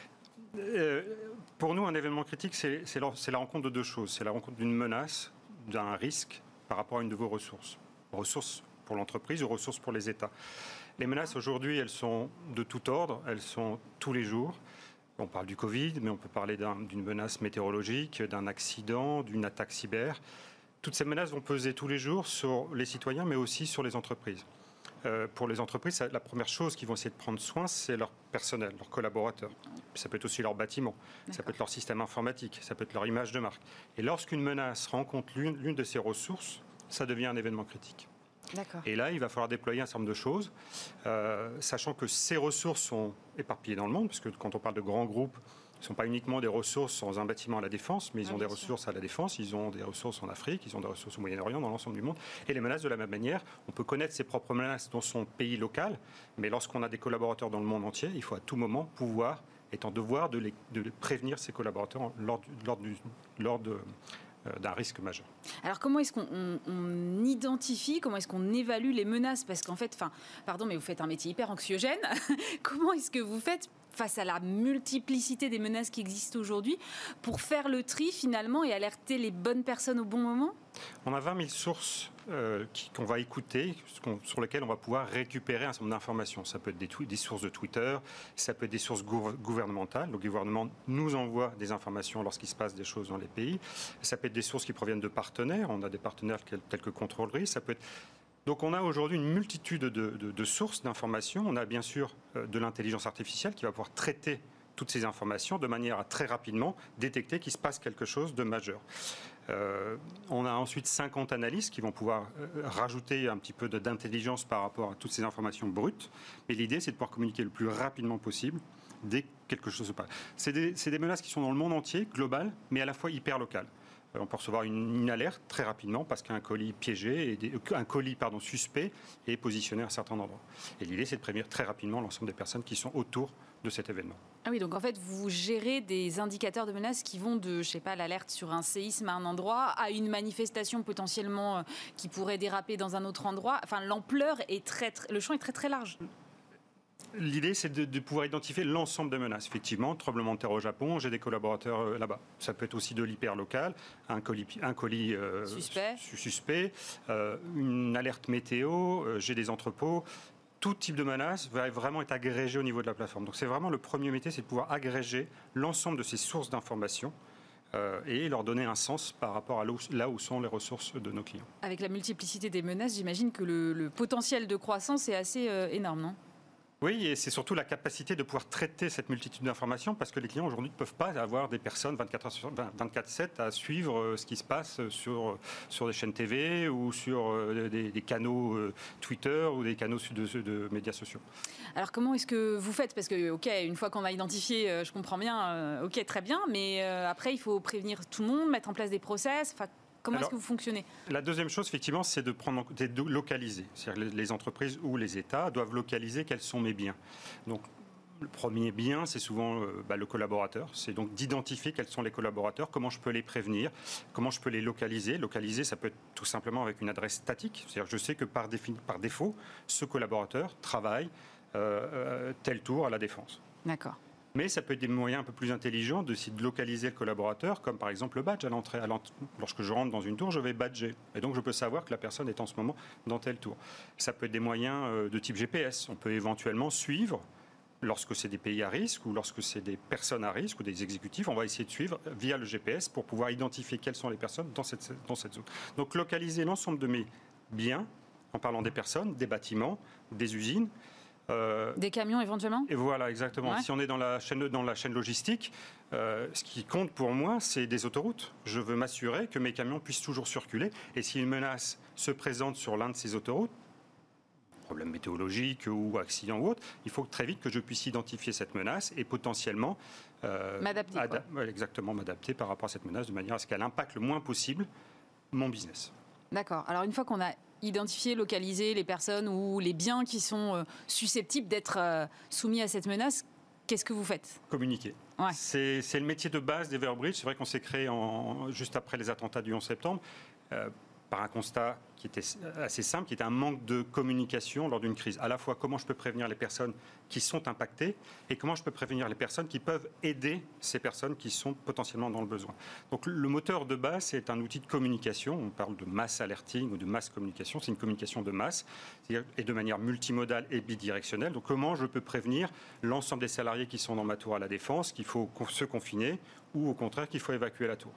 Pour nous, un événement critique, c'est la rencontre de 2 choses. C'est la rencontre d'une menace, d'un risque par rapport à une de vos ressources. Ressources pour l'entreprise ou ressources pour les États. Les menaces aujourd'hui, elles sont de tout ordre, elles sont tous les jours. On parle du Covid, mais on peut parler d'une menace météorologique, d'un accident, d'une attaque cyber. Toutes ces menaces vont peser tous les jours sur les citoyens, mais aussi sur les entreprises. Pour les entreprises, la première chose qu'ils vont essayer de prendre soin, c'est leur personnel, leurs collaborateurs. Ça peut être aussi leur bâtiment, ça peut être leur système informatique, ça peut être leur image de marque. Et lorsqu'une menace rencontre l'une de ces ressources, ça devient un événement critique. Et là, il va falloir déployer un certain nombre de choses, sachant que ces ressources sont éparpillées dans le monde, parce que quand on parle de grands groupes, ce ne sont pas uniquement des ressources dans un bâtiment à la Défense, mais ils ont des ressources à la Défense, ils ont des ressources en Afrique, ils ont des ressources au Moyen-Orient, dans l'ensemble du monde. Et les menaces de la même manière, on peut connaître ses propres menaces dans son pays local, mais lorsqu'on a des collaborateurs dans le monde entier, il faut à tout moment pouvoir, être en devoir de prévenir ses collaborateurs lors d'un risque majeur. Alors comment est-ce qu'on identifie, comment est-ce qu'on évalue les menaces ? Parce qu'en fait, pardon, mais vous faites un métier hyper anxiogène. Comment est-ce que vous faites face à la multiplicité des menaces qui existent aujourd'hui pour faire le tri finalement et alerter les bonnes personnes au bon moment ? On a 20 000 sources qu'on va écouter, sur lesquelles on va pouvoir récupérer un certain nombre d'informations. Ça peut être des sources de Twitter, ça peut être des sources gouvernementales. Le gouvernement nous envoie des informations lorsqu'il se passe des choses dans les pays. Ça peut être des sources qui proviennent de partenaires. On a des partenaires tels que Contrôlerie. Ça peut être... Donc on a aujourd'hui une multitude de sources d'informations. On a bien sûr de l'intelligence artificielle qui va pouvoir traiter toutes ces informations de manière à très rapidement détecter qu'il se passe quelque chose de majeur. On a ensuite 50 analystes qui vont pouvoir rajouter un petit peu d'intelligence par rapport à toutes ces informations brutes. Mais l'idée, c'est de pouvoir communiquer le plus rapidement possible dès que quelque chose se passe. C'est des menaces qui sont dans le monde entier, globales, mais à la fois hyper locales. On peut recevoir une alerte très rapidement parce qu'un colis piégé, suspect est positionné à un certain endroit. Et l'idée, c'est de prévenir très rapidement l'ensemble des personnes qui sont autour de cet événement. Ah oui, donc en fait, vous gérez des indicateurs de menaces qui vont de, l'alerte sur un séisme à un endroit, à une manifestation potentiellement qui pourrait déraper dans un autre endroit. Enfin, l'ampleur est le champ est très très large. L'idée, c'est de pouvoir identifier l'ensemble des menaces. Effectivement, tremblement de terre au Japon, j'ai des collaborateurs là-bas. Ça peut être aussi de l'hyperlocal, un colis suspect, une alerte météo, j'ai des entrepôts. Tout type de menace va vraiment être agrégé au niveau de la plateforme. Donc c'est vraiment le premier métier, c'est de pouvoir agréger l'ensemble de ces sources d'informations et leur donner un sens par rapport à là où sont les ressources de nos clients. Avec la multiplicité des menaces, j'imagine que le potentiel de croissance est assez énorme, non ? Oui, et c'est surtout la capacité de pouvoir traiter cette multitude d'informations parce que les clients aujourd'hui ne peuvent pas avoir des personnes 24/7 à suivre ce qui se passe sur des chaînes TV ou sur des canaux Twitter ou des canaux de médias sociaux. Alors comment est-ce que vous faites ? Parce que, ok, une fois qu'on a identifié, je comprends bien, ok, très bien, mais après il faut prévenir tout le monde, mettre en place des process. Comment est-ce que vous fonctionnez? La deuxième chose, effectivement, c'est de localiser. C'est-à-dire les entreprises ou les États doivent localiser quels sont mes biens. Donc, le premier bien, c'est souvent le collaborateur. C'est donc d'identifier quels sont les collaborateurs, comment je peux les prévenir, comment je peux les localiser. Localiser, ça peut être tout simplement avec une adresse statique. C'est-à-dire que je sais que par défaut, ce collaborateur travaille tel tour à La Défense. D'accord. Mais ça peut être des moyens un peu plus intelligents de localiser le collaborateur, comme par exemple le badge à l'entrée. Lorsque je rentre dans une tour, je vais badger. Et donc, je peux savoir que la personne est en ce moment dans telle tour. Ça peut être des moyens de type GPS. On peut éventuellement suivre, lorsque c'est des pays à risque ou lorsque c'est des personnes à risque ou des exécutifs, on va essayer de suivre via le GPS pour pouvoir identifier quelles sont les personnes dans cette zone. Donc, localiser l'ensemble de mes biens, en parlant des personnes, des bâtiments, des usines, des camions éventuellement. Et voilà, exactement. Ouais. Si on est dans la chaîne logistique, ce qui compte pour moi, c'est des autoroutes. Je veux m'assurer que mes camions puissent toujours circuler. Et si une menace se présente sur l'un de ces autoroutes, problème météorologique ou accident ou autre, il faut très vite que je puisse identifier cette menace et potentiellement m'adapter. Exactement, m'adapter par rapport à cette menace de manière à ce qu'elle impacte le moins possible mon business. D'accord. Alors une fois qu'on a identifié, localisé les personnes ou les biens qui sont susceptibles d'être soumis à cette menace, qu'est-ce que vous faites? Communiquer. Ouais. C'est le métier de base d'Everbridge. C'est vrai qu'on s'est créé juste après les attentats du 11 septembre. Par un constat qui était assez simple, qui était un manque de communication lors d'une crise. À la fois, comment je peux prévenir les personnes qui sont impactées et comment je peux prévenir les personnes qui peuvent aider ces personnes qui sont potentiellement dans le besoin. Donc, le moteur de base, c'est un outil de communication. On parle de mass alerting ou de mass communication. C'est une communication de masse et de manière multimodale et bidirectionnelle. Donc, comment je peux prévenir l'ensemble des salariés qui sont dans ma tour à La Défense qu'il faut se confiner ou au contraire qu'il faut évacuer la tour.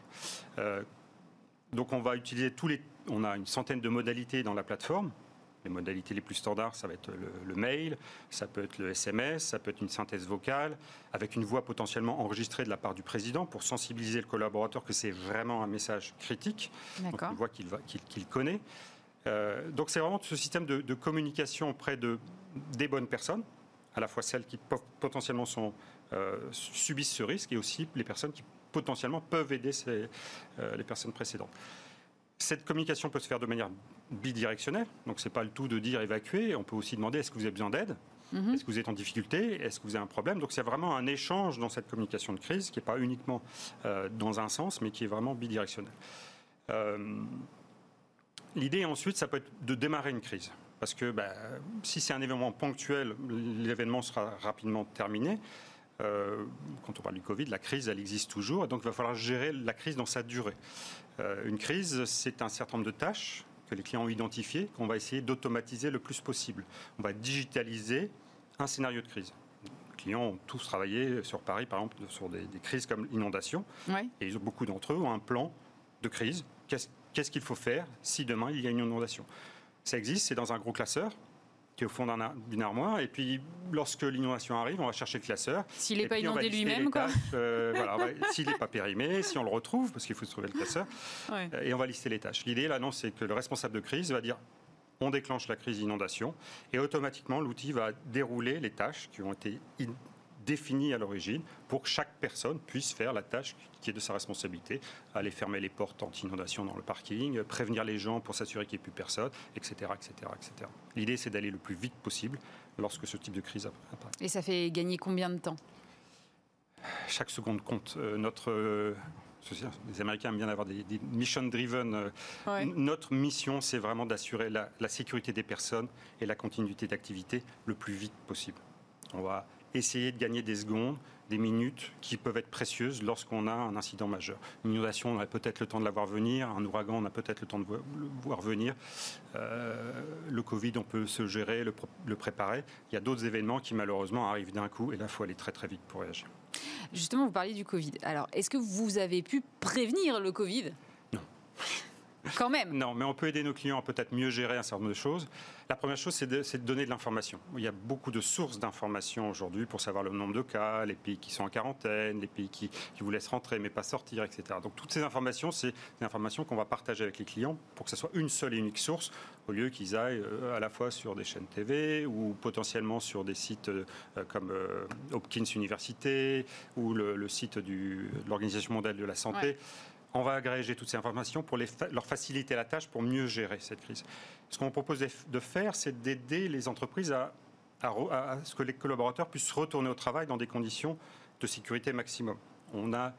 Donc on va utiliser on a une centaine de modalités dans la plateforme. Les modalités les plus standards, ça va être le mail, ça peut être le SMS, ça peut être une synthèse vocale, avec une voix potentiellement enregistrée de la part du président pour sensibiliser le collaborateur que c'est vraiment un message critique, donc une voix qu'il connaît. Donc c'est vraiment ce système de communication auprès des bonnes personnes, à la fois celles qui potentiellement subissent ce risque et aussi les personnes qui potentiellement peuvent aider les personnes précédentes. Cette communication peut se faire de manière bidirectionnelle, donc ce n'est pas le tout de dire évacuer, on peut aussi demander est-ce que vous avez besoin d'aide, est-ce que vous êtes en difficulté, est-ce que vous avez un problème. Donc c'est vraiment un échange dans cette communication de crise qui n'est pas uniquement dans un sens, mais qui est vraiment bidirectionnel. L'idée ensuite, ça peut être de démarrer une crise. Parce que si c'est un événement ponctuel, l'événement sera rapidement terminé. Quand on parle du Covid, la crise, elle existe toujours. Et donc, il va falloir gérer la crise dans sa durée. Une crise, c'est un certain nombre de tâches que les clients ont identifiées, qu'on va essayer d'automatiser le plus possible. On va digitaliser un scénario de crise. Les clients ont tous travaillé sur Paris, par exemple, sur des crises comme l'inondation. Ouais. Et beaucoup d'entre eux ont un plan de crise. Qu'est-ce qu'il faut faire si demain, il y a une inondation? Ça existe, c'est dans un gros classeur qui est au fond d'une armoire. Et puis, lorsque l'inondation arrive, on va chercher le classeur. S'il n'est pas inondé lui-même, quoi. S'il n'est pas périmé, si on le retrouve, parce qu'il faut trouver le classeur. Ouais. Et on va lister les tâches. L'idée, là, non, c'est que le responsable de crise va dire on déclenche la crise d'inondation. Et automatiquement, l'outil va dérouler les tâches qui ont été définies à l'origine pour que chaque personne puisse faire la tâche qui est de sa responsabilité, aller fermer les portes anti-inondation dans le parking, prévenir les gens pour s'assurer qu'il n'y ait plus personne, etc. etc., etc. L'idée, c'est d'aller le plus vite possible lorsque ce type de crise apparaît. Et ça fait gagner combien de temps? Chaque seconde compte. Les Américains aiment bien avoir des mission-driven. Ouais. Notre mission, c'est vraiment d'assurer la sécurité des personnes et la continuité d'activité le plus vite possible. On va essayer de gagner des secondes, des minutes qui peuvent être précieuses lorsqu'on a un incident majeur. Une inondation, on a peut-être le temps de la voir venir. Un ouragan, on a peut-être le temps de le voir venir. Le Covid, on peut se gérer, le préparer. Il y a d'autres événements qui, malheureusement, arrivent d'un coup. Et là, il faut aller très, très vite pour réagir. Justement, vous parliez du Covid. Alors, est-ce que vous avez pu prévenir le Covid? Non. Quand même. Non, mais on peut aider nos clients à peut-être mieux gérer un certain nombre de choses. La première chose, c'est de donner de l'information. Il y a beaucoup de sources d'informations aujourd'hui pour savoir le nombre de cas, les pays qui sont en quarantaine, les pays qui vous laissent rentrer mais pas sortir, etc. Donc toutes ces informations, c'est des informations qu'on va partager avec les clients pour que ce soit une seule et unique source, au lieu qu'ils aillent à la fois sur des chaînes TV ou potentiellement sur des sites comme Hopkins Université ou le site de l'Organisation mondiale de la santé. Ouais. On va agréger toutes ces informations pour leur faciliter la tâche pour mieux gérer cette crise. Ce qu'on propose de faire, c'est d'aider les entreprises à ce que les collaborateurs puissent retourner au travail dans des conditions de sécurité maximum. On a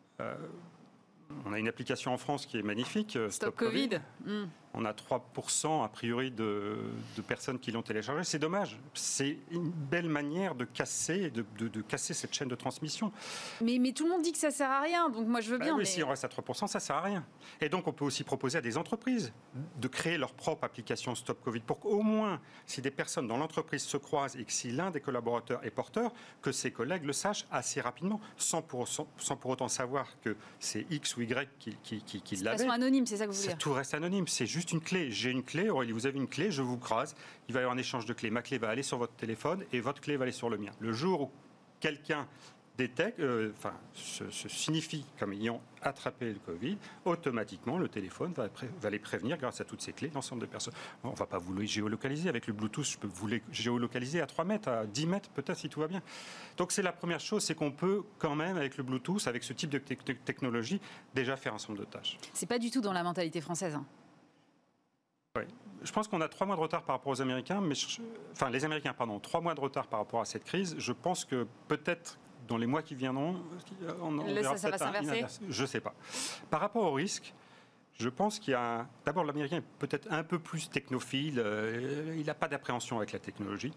une application en France qui est magnifique, Stop Covid. On a 3% a priori de personnes qui l'ont téléchargé. C'est dommage. C'est une belle manière de casser, de casser cette chaîne de transmission. Mais tout le monde dit que ça ne sert à rien, donc moi je veux bien. Oui, si on reste à 3%, ça ne sert à rien. Et donc on peut aussi proposer à des entreprises de créer leur propre application Stop Covid pour qu'au moins, si des personnes dans l'entreprise se croisent et que si l'un des collaborateurs est porteur, que ses collègues le sachent assez rapidement, sans pour autant savoir que c'est X ou Y qui l'avait. De façon anonyme, c'est ça que vous voulez dire. Tout reste anonyme, c'est juste une clé. J'ai une clé, Aurélie, vous avez une clé, je vous crase, il va y avoir un échange de clés. Ma clé va aller sur votre téléphone et votre clé va aller sur le mien. Le jour où quelqu'un détecte, se signifie comme ayant attrapé le Covid, automatiquement le téléphone va les prévenir grâce à toutes ces clés, l'ensemble de personnes. On ne va pas vous le géolocaliser avec le Bluetooth, je peux vous les géolocaliser à 3 mètres, à 10 mètres peut-être si tout va bien. Donc c'est la première chose, c'est qu'on peut quand même avec le Bluetooth, avec ce type de technologie, déjà faire un certain nombre de tâches. C'est pas du tout dans la mentalité française. Hein. Oui. Je pense qu'on a 3 mois de retard par rapport aux Américains, les Américains, 3 mois de retard par rapport à cette crise. Je pense que peut-être dans les mois qui viendront, on verra ça va s'inverser. Je ne sais pas. Par rapport au risque, je pense qu'il y a... D'abord, l'Américain est peut-être un peu plus technophile, il n'a pas d'appréhension avec la technologie.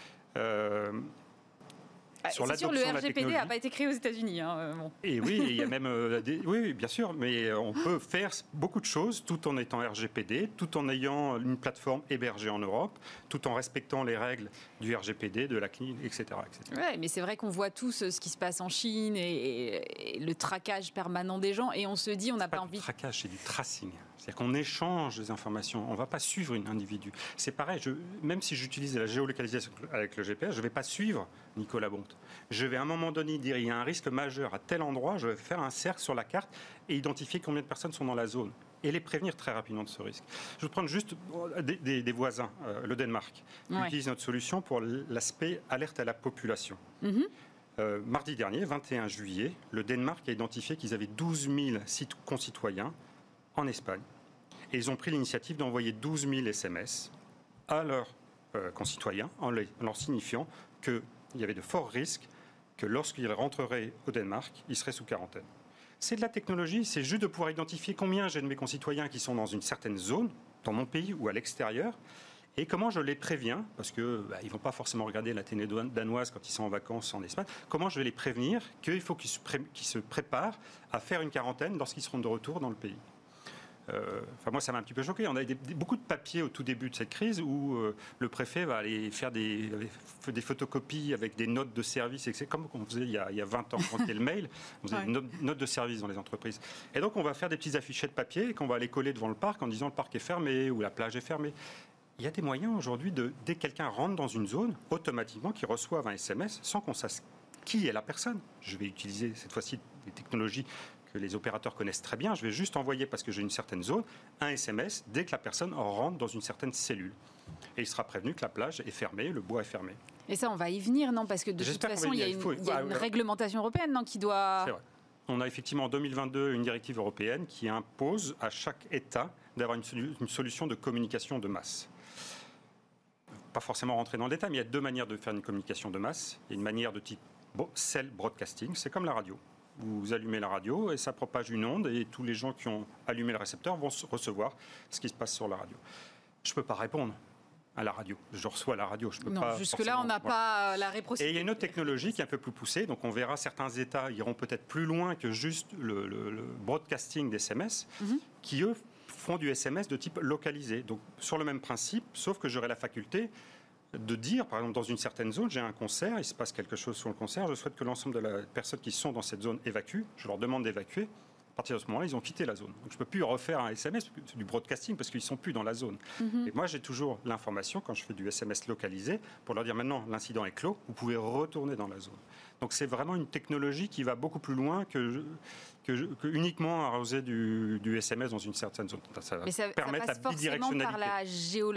C'est sûr, le RGPD n'a pas été créé aux États-Unis. Bon. Et oui, il y a même oui, bien sûr, mais on peut faire beaucoup de choses tout en étant RGPD, tout en ayant une plateforme hébergée en Europe, tout en respectant les règles du RGPD, de la CNIL, etc. Oui, mais c'est vrai qu'on voit tous ce qui se passe en Chine et le traquage permanent des gens, et on se dit, on n'a pas envie. Du traquage, c'est du tracing. C'est-à-dire qu'on échange des informations. On ne va pas suivre un individu. C'est pareil, même si j'utilise la géolocalisation avec le GPS, je ne vais pas suivre Nicolas Bonte. Je vais à un moment donné dire il y a un risque majeur à tel endroit, je vais faire un cercle sur la carte et identifier combien de personnes sont dans la zone et les prévenir très rapidement de ce risque. Je vais prendre juste des voisins, le Danemark, qui utilise notre solution pour l'aspect alerte à la population. Mardi dernier, 21 juillet, le Danemark a identifié qu'ils avaient 12 000 concitoyens en Espagne. Et ils ont pris l'initiative d'envoyer 12 000 SMS à leurs concitoyens en leur signifiant qu'il y avait de forts risques que lorsqu'ils rentreraient au Danemark, ils seraient sous quarantaine. C'est de la technologie, c'est juste de pouvoir identifier combien j'ai de mes concitoyens qui sont dans une certaine zone, dans mon pays ou à l'extérieur, et comment je les préviens, parce qu'ils ne vont pas forcément regarder la télé danoise quand ils sont en vacances en Espagne, comment je vais les prévenir qu'il faut qu'ils se préparent à faire une quarantaine lorsqu'ils seront de retour dans le pays. Moi, ça m'a un petit peu choqué. On a beaucoup de papiers au tout début de cette crise où le préfet va aller faire des photocopies avec des notes de service, etc. Comme on faisait il y a 20 ans, quand c'était le mail, on faisait des notes de service dans les entreprises. Et donc, on va faire des petits affichets de papier qu'on va aller coller devant le parc en disant le parc est fermé ou la plage est fermée. Il y a des moyens aujourd'hui, dès que quelqu'un rentre dans une zone, automatiquement, qu'ils reçoivent un SMS sans qu'on sache qui est la personne. Je vais utiliser cette fois-ci des technologies que les opérateurs connaissent très bien. Je vais juste envoyer, parce que j'ai une certaine zone, un SMS dès que la personne rentre dans une certaine cellule. Et il sera prévenu que la plage est fermée, le bois est fermé. Et ça, on va y venir, non? Parce que de toute façon, il y a une réglementation européenne, non, qui doit... C'est vrai. On a effectivement en 2022 une directive européenne qui impose à chaque État d'avoir une solution de communication de masse. Pas forcément rentrer dans le détail, mais il y a 2 manières de faire une communication de masse. Il y a une manière de type cell broadcasting, c'est comme la radio. Vous allumez la radio et ça propage une onde et tous les gens qui ont allumé le récepteur vont recevoir ce qui se passe sur la radio. Je ne peux pas répondre à la radio. Je reçois la radio. Je peux non, pas jusque-là, on n'a pas la réciprocité. Et il y a une autre technologie qui est un peu plus poussée. Donc on verra certains États iront peut-être plus loin que juste le broadcasting des SMS, qui eux font du SMS de type localisé. Donc sur le même principe, sauf que j'aurai la faculté de dire, par exemple, dans une certaine zone, j'ai un concert, il se passe quelque chose sur le concert, je souhaite que l'ensemble de les personnes qui sont dans cette zone évacuent, je leur demande d'évacuer. À partir de ce moment-là, ils ont quitté la zone. Donc je ne peux plus refaire un SMS, c'est du broadcasting, parce qu'ils ne sont plus dans la zone. Et moi, j'ai toujours l'information, quand je fais du SMS localisé, pour leur dire maintenant, l'incident est clos, vous pouvez retourner dans la zone. Donc c'est vraiment une technologie qui va beaucoup plus loin que uniquement arroser du SMS dans une certaine zone. Ça va permettre la bidirectionnalité. Par la géolocalisation ?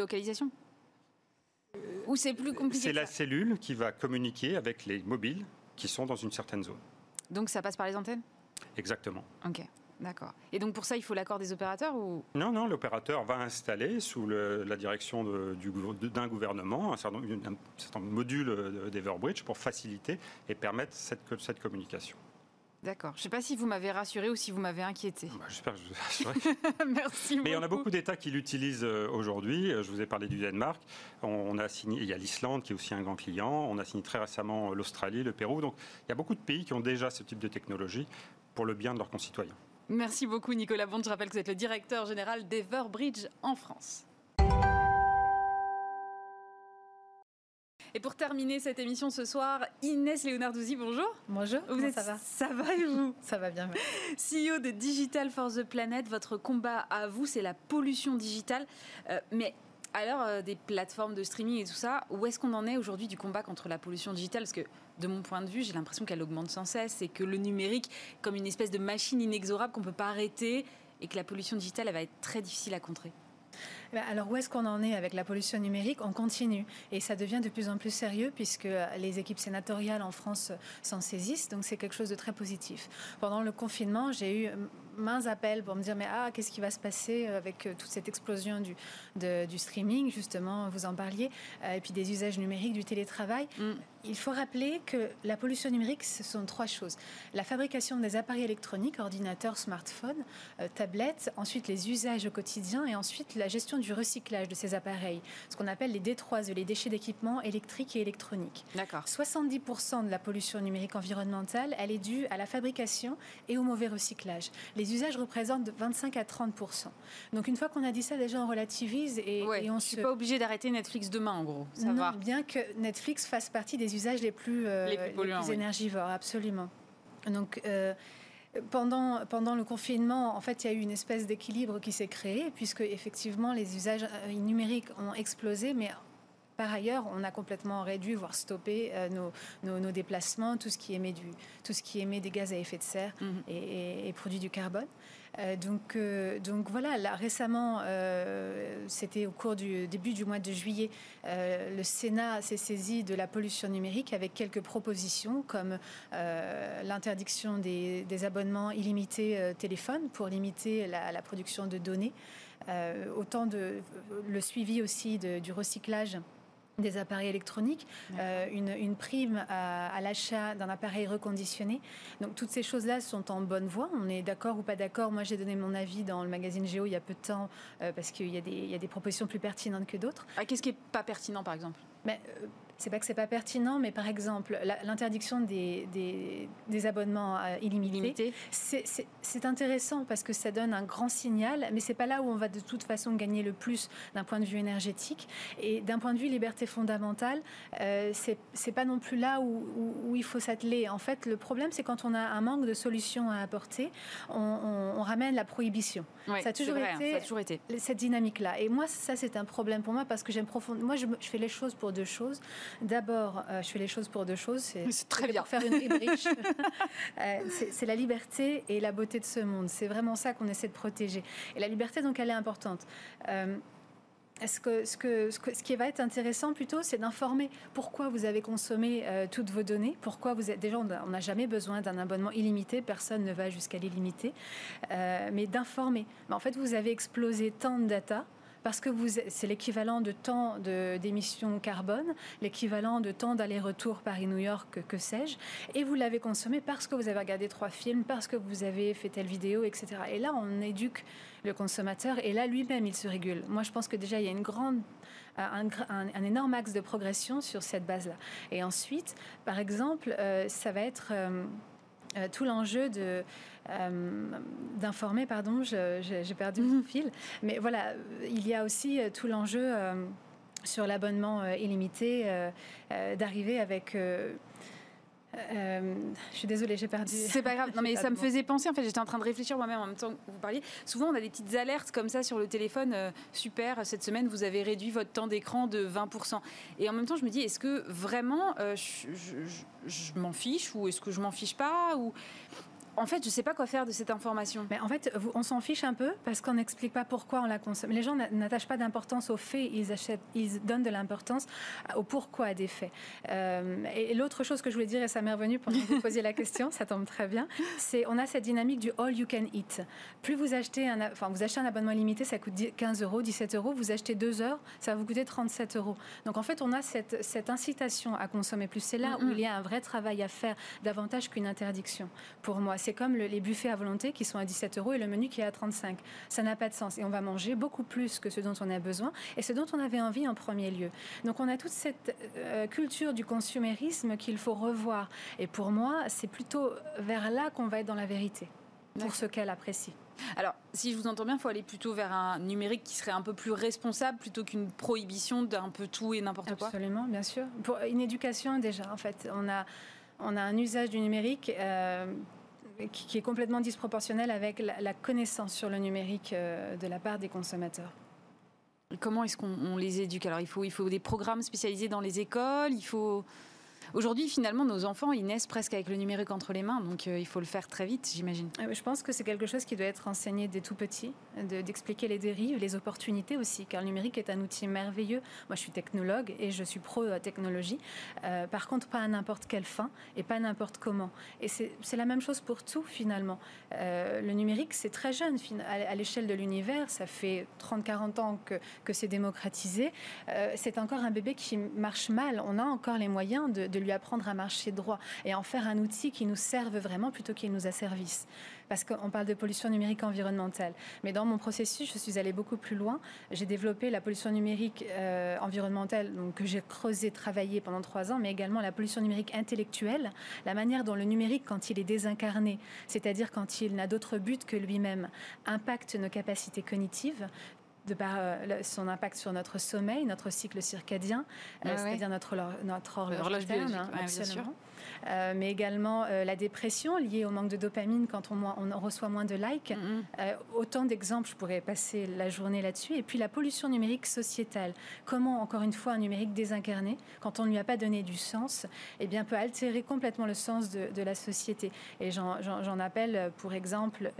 Ou c'est plus compliqué? C'est la cellule qui va communiquer avec les mobiles qui sont dans une certaine zone. Donc ça passe par les antennes? Exactement. Ok. D'accord. Et donc pour ça, il faut l'accord des opérateurs ou... Non, l'opérateur va installer sous la direction d'un gouvernement un certain nombre de modules d'Everbridge pour faciliter et permettre cette communication. D'accord. Je ne sais pas si vous m'avez rassuré ou si vous m'avez inquiété. J'espère que je vous ai rassuré. Merci beaucoup. Mais il y en a beaucoup d'États qui l'utilisent aujourd'hui. Je vous ai parlé du Danemark. On a signé, il y a l'Islande qui est aussi un grand client. On a signé très récemment l'Australie, le Pérou. Donc il y a beaucoup de pays qui ont déjà ce type de technologie pour le bien de leurs concitoyens. Merci beaucoup Nicolas Bond. Je rappelle que vous êtes le directeur général d'Everbridge en France. Et pour terminer cette émission ce soir, Inès Leonarduzzi, bonjour. Bonjour, Ça va et vous? Ça va bien. CEO de Digital for the Planet, votre combat à vous, c'est la pollution digitale. Mais à l'heure des plateformes de streaming et tout ça, où est-ce qu'on en est aujourd'hui du combat contre la pollution digitale? Parce que de mon point de vue, j'ai l'impression qu'elle augmente sans cesse et que le numérique, comme une espèce de machine inexorable qu'on ne peut pas arrêter, et que la pollution digitale, elle va être très difficile à contrer. Alors où est-ce qu'on en est avec la pollution numérique? On continue et ça devient de plus en plus sérieux puisque les équipes sénatoriales en France s'en saisissent, donc c'est quelque chose de très positif. Pendant le confinement, j'ai eu maints appels pour me dire mais qu'est-ce qui va se passer avec toute cette explosion du streaming, justement, vous en parliez, et puis des usages numériques, du télétravail. Il faut rappeler que la pollution numérique, ce sont trois choses. La fabrication des appareils électroniques, ordinateurs, smartphones, tablettes, ensuite les usages au quotidien et ensuite la gestion du recyclage de ces appareils, ce qu'on appelle les D3E, les déchets d'équipement électriques et électroniques. D'accord. 70% de la pollution numérique environnementale, elle est due à la fabrication et au mauvais recyclage. Les usages représentent de 25 à 30%. Donc une fois qu'on a dit ça, déjà on relativise et on je ne suis pas obligée d'arrêter Netflix demain, en gros. Ça va. Bien que Netflix fasse partie des usages les plus énergivores, absolument. Donc pendant le confinement, en fait, il y a eu une espèce d'équilibre qui s'est créé, puisque effectivement les usages numériques ont explosé, mais par ailleurs, on a complètement réduit, voire stoppé nos déplacements, tout ce qui émet des gaz à effet de serre et produit du carbone. Donc voilà, là, récemment, c'était au cours du début du mois de juillet, le Sénat s'est saisi de la pollution numérique avec quelques propositions comme l'interdiction des abonnements illimités téléphone pour limiter la production de données, le suivi aussi du recyclage des appareils électroniques, une prime à l'achat d'un appareil reconditionné. Donc toutes ces choses-là sont en bonne voie. On est d'accord ou pas d'accord. Moi, j'ai donné mon avis dans le magazine Géo il y a peu de temps parce qu'il y a des propositions plus pertinentes que d'autres. Qu'est-ce qui n'est pas pertinent, par exemple? C'est pas que c'est pas pertinent, mais par exemple, l'interdiction des abonnements illimités, c'est intéressant parce que ça donne un grand signal, mais c'est pas là où on va de toute façon gagner le plus d'un point de vue énergétique. Et d'un point de vue liberté fondamentale, c'est pas non plus là où il faut s'atteler. En fait, le problème, c'est quand on a un manque de solutions à apporter, on ramène la prohibition. Oui, ça a toujours été cette dynamique-là. Et moi, ça, c'est un problème pour moi parce que j'aime profondément. Moi, je fais les choses pour deux choses. D'abord, je fais les choses pour deux choses. C'est très bien. Pour faire une vie riche. C'est la liberté et la beauté de ce monde. C'est vraiment ça qu'on essaie de protéger. Et la liberté, donc, elle est importante. Ce qui va être intéressant plutôt, c'est d'informer pourquoi vous avez consommé toutes vos données, pourquoi vous êtes... Déjà, on n'a jamais besoin d'un abonnement illimité, personne ne va jusqu'à l'illimité, mais d'informer. Mais en fait, vous avez explosé tant de data, parce que c'est l'équivalent de temps d'émissions carbone, l'équivalent de temps d'aller-retour Paris-New York, que sais-je, et vous l'avez consommé parce que vous avez regardé 3 films, parce que vous avez fait telle vidéo, etc. Et là, on éduque le consommateur, et là, lui-même, il se régule. Moi, je pense que déjà, il y a un énorme axe de progression sur cette base-là. Et ensuite, par exemple, ça va être... tout l'enjeu d'informer, pardon, j'ai perdu mon fil, mais voilà, il y a aussi tout l'enjeu sur l'abonnement illimité, d'arriver avec... je suis désolée, j'ai perdu. C'est pas grave. Non, mais ça me faisait penser. En fait, j'étais en train de réfléchir moi-même en même temps que vous parliez. Souvent, on a des petites alertes comme ça sur le téléphone. Super, cette semaine, vous avez réduit votre temps d'écran de 20%. Et en même temps, je me dis, est-ce que vraiment je m'en fiche ou est-ce que je m'en fiche pas ou... en fait, je ne sais pas quoi faire de cette information. Mais en fait, on s'en fiche un peu parce qu'on n'explique pas pourquoi on la consomme. Les gens n'attachent pas d'importance aux faits, ils donnent de l'importance au pourquoi des faits. Et l'autre chose que je voulais dire, et ça m'est revenu pendant que vous posiez la question, ça tombe très bien, c'est on a cette dynamique du all you can eat. Plus vous achetez un abonnement limité, ça coûte 15 €, 17 €. Vous achetez 2 heures, ça va vous coûter 37 €. Donc en fait, on a cette incitation à consommer plus. C'est là où il y a un vrai travail à faire, davantage qu'une interdiction. Pour moi, c'est comme les buffets à volonté qui sont à 17 € et le menu qui est à 35. Ça n'a pas de sens. Et on va manger beaucoup plus que ce dont on a besoin et ce dont on avait envie en premier lieu. Donc on a toute cette culture du consumérisme qu'il faut revoir. Et pour moi, c'est plutôt vers là qu'on va être dans la vérité, pour ce qu'elle apprécie. Alors, si je vous entends bien, il faut aller plutôt vers un numérique qui serait un peu plus responsable plutôt qu'une prohibition d'un peu tout et n'importe quoi. Absolument, bien sûr. Pour une éducation déjà, en fait, on a un usage du numérique qui est complètement disproportionnel avec la connaissance sur le numérique de la part des consommateurs. Comment est-ce qu'on les éduque? Alors, il faut des programmes spécialisés dans les écoles, Aujourd'hui, finalement, nos enfants, ils naissent presque avec le numérique entre les mains, donc il faut le faire très vite, j'imagine. Je pense que c'est quelque chose qui doit être enseigné dès tout petit, d'expliquer les dérives, les opportunités aussi, car le numérique est un outil merveilleux. Moi, je suis technologue et je suis pro-technologie. Par contre, pas à n'importe quelle fin et pas n'importe comment. Et c'est la même chose pour tout, finalement. Le numérique, c'est très jeune. À l'échelle de l'univers, ça fait 30-40 ans que c'est démocratisé. C'est encore un bébé qui marche mal. On a encore les moyens de lui apprendre à marcher droit et en faire un outil qui nous serve vraiment plutôt qu'il nous asservisse. Parce qu'on parle de pollution numérique environnementale. Mais dans mon processus, je suis allée beaucoup plus loin. J'ai développé la pollution numérique environnementale, donc, que j'ai creusé, travaillé pendant 3 ans, mais également la pollution numérique intellectuelle, la manière dont le numérique, quand il est désincarné, c'est-à-dire quand il n'a d'autre but que lui-même, impacte nos capacités cognitives, de par son impact sur notre sommeil, notre cycle circadien, c'est-à-dire notre horloge interne, absolument. Mais également la dépression liée au manque de dopamine quand on reçoit moins de likes. Autant d'exemples, je pourrais passer la journée là-dessus. Et puis la pollution numérique sociétale. Comment, encore une fois, un numérique désincarné, quand on ne lui a pas donné du sens, peut altérer complètement le sens de la société. Et j'en appelle, pour exemple,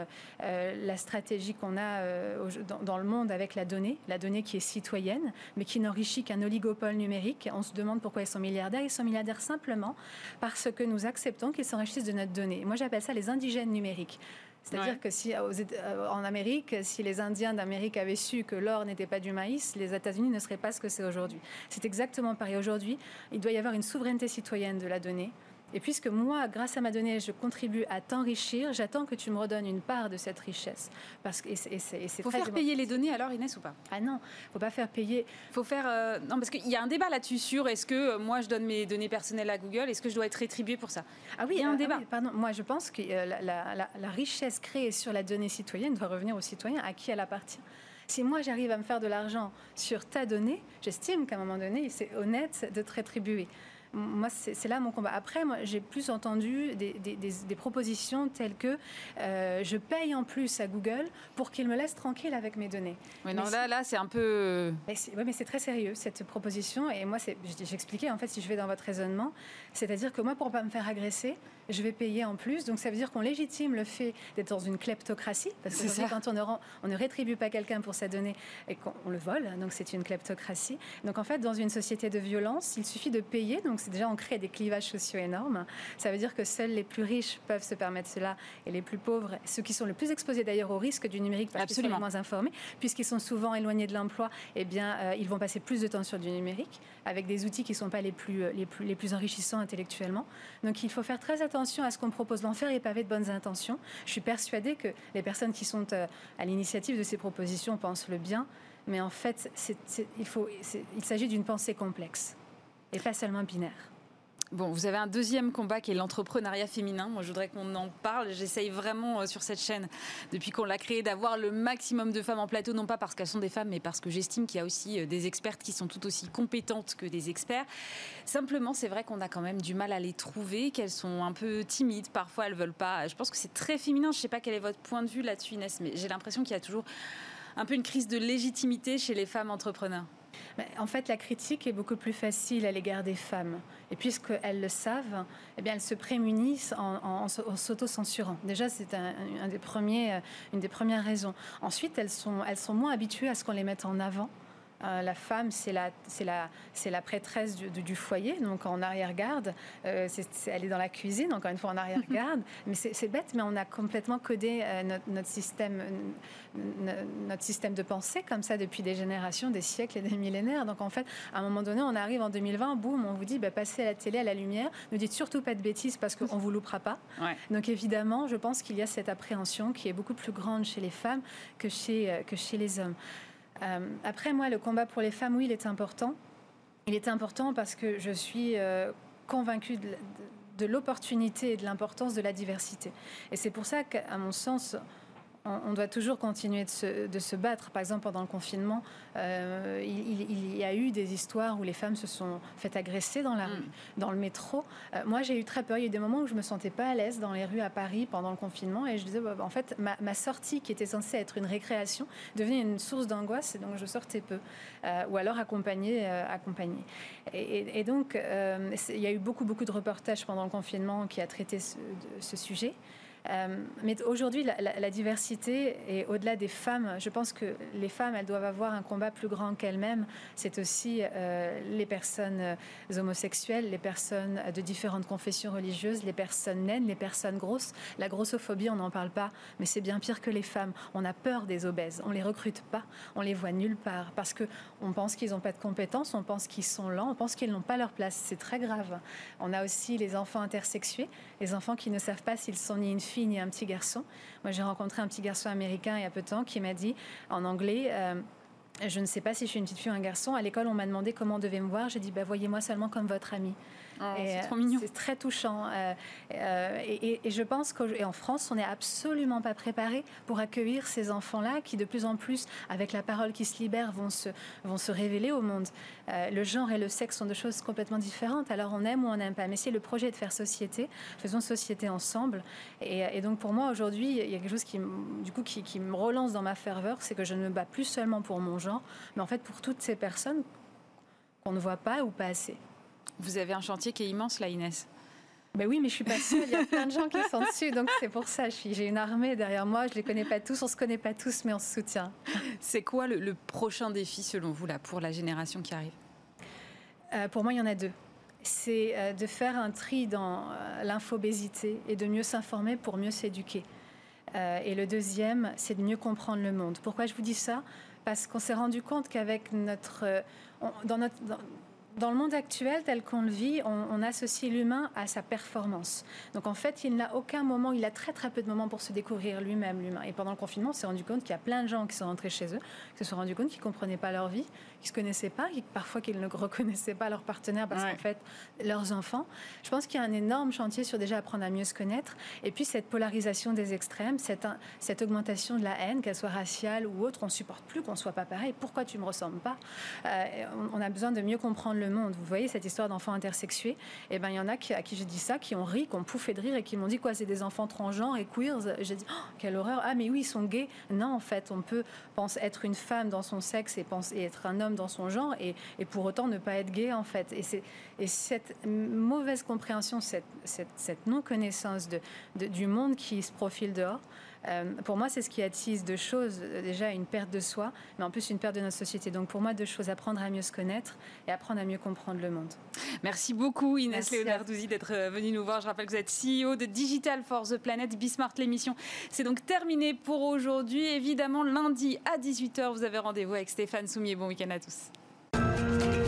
la stratégie qu'on a dans le monde avec la donnée qui est citoyenne, mais qui n'enrichit qu'un oligopole numérique. On se demande pourquoi ils sont milliardaires. Ils sont milliardaires simplement parce que nous acceptons qu'ils s'enrichissent de notre donnée. Moi, j'appelle ça les indigènes numériques. C'est-à-dire que si en Amérique, si les Indiens d'Amérique avaient su que l'or n'était pas du maïs, les États-Unis ne seraient pas ce que c'est aujourd'hui. C'est exactement pareil. Aujourd'hui, il doit y avoir une souveraineté citoyenne de la donnée. Et puisque moi, grâce à ma donnée, je contribue à t'enrichir, j'attends que tu me redonnes une part de cette richesse. Parce que c'est faut faire payer les données alors, Inès, ou pas? Ah non, faut pas faire payer. Faut faire non, parce qu'il y a un débat là-dessus sur est-ce que moi je donne mes données personnelles à Google, est-ce que je dois être rétribué pour ça? Ah oui, il y a un débat. Oui, pardon, moi je pense que la richesse créée sur la donnée citoyenne doit revenir aux citoyens à qui elle appartient. Si moi j'arrive à me faire de l'argent sur ta donnée, j'estime qu'à un moment donné, c'est honnête de te rétribuer. Moi, c'est là mon combat. Après, moi, j'ai plus entendu des propositions telles que je paye en plus à Google pour qu'il me laisse tranquille avec mes données. Oui, non, là, c'est un peu... Oui, mais c'est très sérieux, cette proposition. Et moi, j'expliquais, en fait, si je vais dans votre raisonnement, c'est-à-dire que moi, pour ne pas me faire agresser, je vais payer en plus. Donc, ça veut dire qu'on légitime le fait d'être dans une kleptocratie. Parce que quand on ne rétribue pas quelqu'un pour sa donnée et qu'on le vole, donc c'est une kleptocratie. Donc, en fait, dans une société de violence, il suffit de payer. Donc, c'est déjà, on crée des clivages sociaux énormes. Ça veut dire que seuls les plus riches peuvent se permettre cela et les plus pauvres, ceux qui sont le plus exposés d'ailleurs au risque du numérique parce qu'ils sont les moins informés, puisqu'ils sont souvent éloignés de l'emploi, ils vont passer plus de temps sur du numérique avec des outils qui ne sont pas les plus enrichissants intellectuellement. Donc, il faut faire très attention à ce qu'on propose. L'enfer est pavé de bonnes intentions. Je suis persuadée que les personnes qui sont à l'initiative de ces propositions pensent le bien, mais en fait, il s'agit d'une pensée complexe et pas seulement binaire. Bon, vous avez un deuxième combat qui est l'entrepreneuriat féminin. Moi, je voudrais qu'on en parle. J'essaye vraiment sur cette chaîne, depuis qu'on l'a créée, d'avoir le maximum de femmes en plateau, non pas parce qu'elles sont des femmes, mais parce que j'estime qu'il y a aussi des expertes qui sont tout aussi compétentes que des experts. Simplement, c'est vrai qu'on a quand même du mal à les trouver, qu'elles sont un peu timides. Parfois, elles ne veulent pas. Je pense que c'est très féminin. Je ne sais pas quel est votre point de vue là-dessus, Inès, mais j'ai l'impression qu'il y a toujours un peu une crise de légitimité chez les femmes entrepreneurs? En fait, la critique est beaucoup plus facile à l'égard des femmes. Et puisqu'elles le savent, eh bien, elles se prémunissent en s'auto-censurant. Déjà, c'est une des premières raisons. Ensuite, elles sont moins habituées à ce qu'on les mette en avant. La femme, c'est la prêtresse du foyer, donc en arrière-garde. Elle est dans la cuisine, encore une fois en arrière-garde. Mais c'est bête, mais on a complètement codé notre système de pensée comme ça depuis des générations, des siècles et des millénaires. Donc en fait, à un moment donné, on arrive en 2020, boum, on vous dit passez à la télé, à la lumière, ne dites surtout pas de bêtises parce qu'on ne vous loupera pas. Ouais. Donc évidemment, je pense qu'il y a cette appréhension qui est beaucoup plus grande chez les femmes que chez les hommes. Après, moi, le combat pour les femmes, oui, il est important. Il est important parce que je suis convaincue de l'opportunité et de l'importance de la diversité. Et c'est pour ça qu'à mon sens, on doit toujours continuer de se battre. Par exemple, pendant le confinement, il y a eu des histoires où les femmes se sont faites agresser dans la rue, dans le métro. Moi, j'ai eu très peur. Il y a eu des moments où je ne me sentais pas à l'aise dans les rues à Paris pendant le confinement. Et je disais, en fait, ma sortie, qui était censée être une récréation, devenait une source d'angoisse. Et donc, je sortais peu. Ou alors accompagnée. Et donc, il y a eu beaucoup de reportages pendant le confinement qui a traité ce sujet. Mais aujourd'hui, la diversité, et au-delà des femmes, je pense que les femmes, elles doivent avoir un combat plus grand qu'elles-mêmes. C'est aussi les personnes homosexuelles, les personnes de différentes confessions religieuses, les personnes naines, les personnes grosses. La grossophobie, on n'en parle pas, mais c'est bien pire que les femmes. On a peur des obèses, on les recrute pas, on les voit nulle part, parce qu'on pense qu'ils n'ont pas de compétences, on pense qu'ils sont lents, on pense qu'ils n'ont pas leur place. C'est très grave. On a aussi les enfants intersexués, les enfants qui ne savent pas s'ils sont ni une fille ni un petit garçon. Moi, j'ai rencontré un petit garçon américain il y a peu de temps qui m'a dit en anglais je ne sais pas si je suis une petite fille ou un garçon. À l'école, on m'a demandé comment on devait me voir. J'ai dit voyez-moi seulement comme votre ami. C'est trop mignon. C'est très touchant. Et je pense qu'en France, on n'est absolument pas préparé pour accueillir ces enfants-là qui, de plus en plus, avec la parole qui se libère, vont se révéler au monde. Le genre et le sexe sont deux choses complètement différentes. Alors, on aime ou on n'aime pas. Mais c'est le projet de faire société. Faisons société ensemble. Et donc, pour moi, aujourd'hui, il y a quelque chose qui me relance dans ma ferveur. C'est que je ne me bats plus seulement pour mon genre, mais en fait pour toutes ces personnes qu'on ne voit pas ou pas assez. Vous avez un chantier qui est immense là, Inès. Ben oui, mais je suis pas seule. Il y a plein de gens qui sont dessus, donc c'est pour ça. J'ai une armée derrière moi. Je les connais pas tous, on se connaît pas tous, mais on se soutient. C'est quoi le prochain défi selon vous là pour la génération qui arrive? Pour moi, il y en a deux. C'est de faire un tri dans l'infobésité et de mieux s'informer pour mieux s'éduquer. Et le deuxième, c'est de mieux comprendre le monde. Pourquoi je vous dis ça? Parce qu'on s'est rendu compte qu'avec dans le monde actuel tel qu'on le vit, on associe l'humain à sa performance. Donc en fait, il n'a aucun moment, il a très très peu de moments pour se découvrir lui-même, l'humain. Et pendant le confinement, on s'est rendu compte qu'il y a plein de gens qui sont rentrés chez eux, qui se sont rendus compte qu'ils ne comprenaient pas leur vie, qu'ils ne se connaissaient pas, parfois qu'ils ne reconnaissaient pas leur partenaire parce qu'en fait, leurs enfants. Je pense qu'il y a un énorme chantier sur déjà apprendre à mieux se connaître. Et puis cette polarisation des extrêmes, cette augmentation de la haine, qu'elle soit raciale ou autre, on ne supporte plus qu'on ne soit pas pareil. Pourquoi tu ne me ressembles pas? On a besoin de mieux comprendre le monde. Vous voyez cette histoire d'enfants intersexués? Eh ben, il y en a à qui j'ai dit ça, qui ont ri, qui ont pouffé de rire et qui m'ont dit quoi, c'est des enfants transgenres et queers. J'ai dit quelle horreur. Ah mais oui, ils sont gays. Non, en fait, on peut être une femme dans son sexe et être un homme dans son genre et pour autant ne pas être gay en fait. Et cette mauvaise compréhension, cette non-connaissance du monde qui se profile dehors, pour moi, c'est ce qui attise deux choses. Déjà, une perte de soi, mais en plus une perte de notre société. Donc pour moi, deux choses, apprendre à mieux se connaître et apprendre à mieux comprendre le monde. Merci beaucoup Inès Leonarduzzi d'être venue nous voir. Je rappelle que vous êtes CEO de Digital for the Planet. Bismart, l'émission, c'est donc terminé pour aujourd'hui. Évidemment, lundi à 18h, vous avez rendez-vous avec Stéphane Soumier. Bon week-end à tous.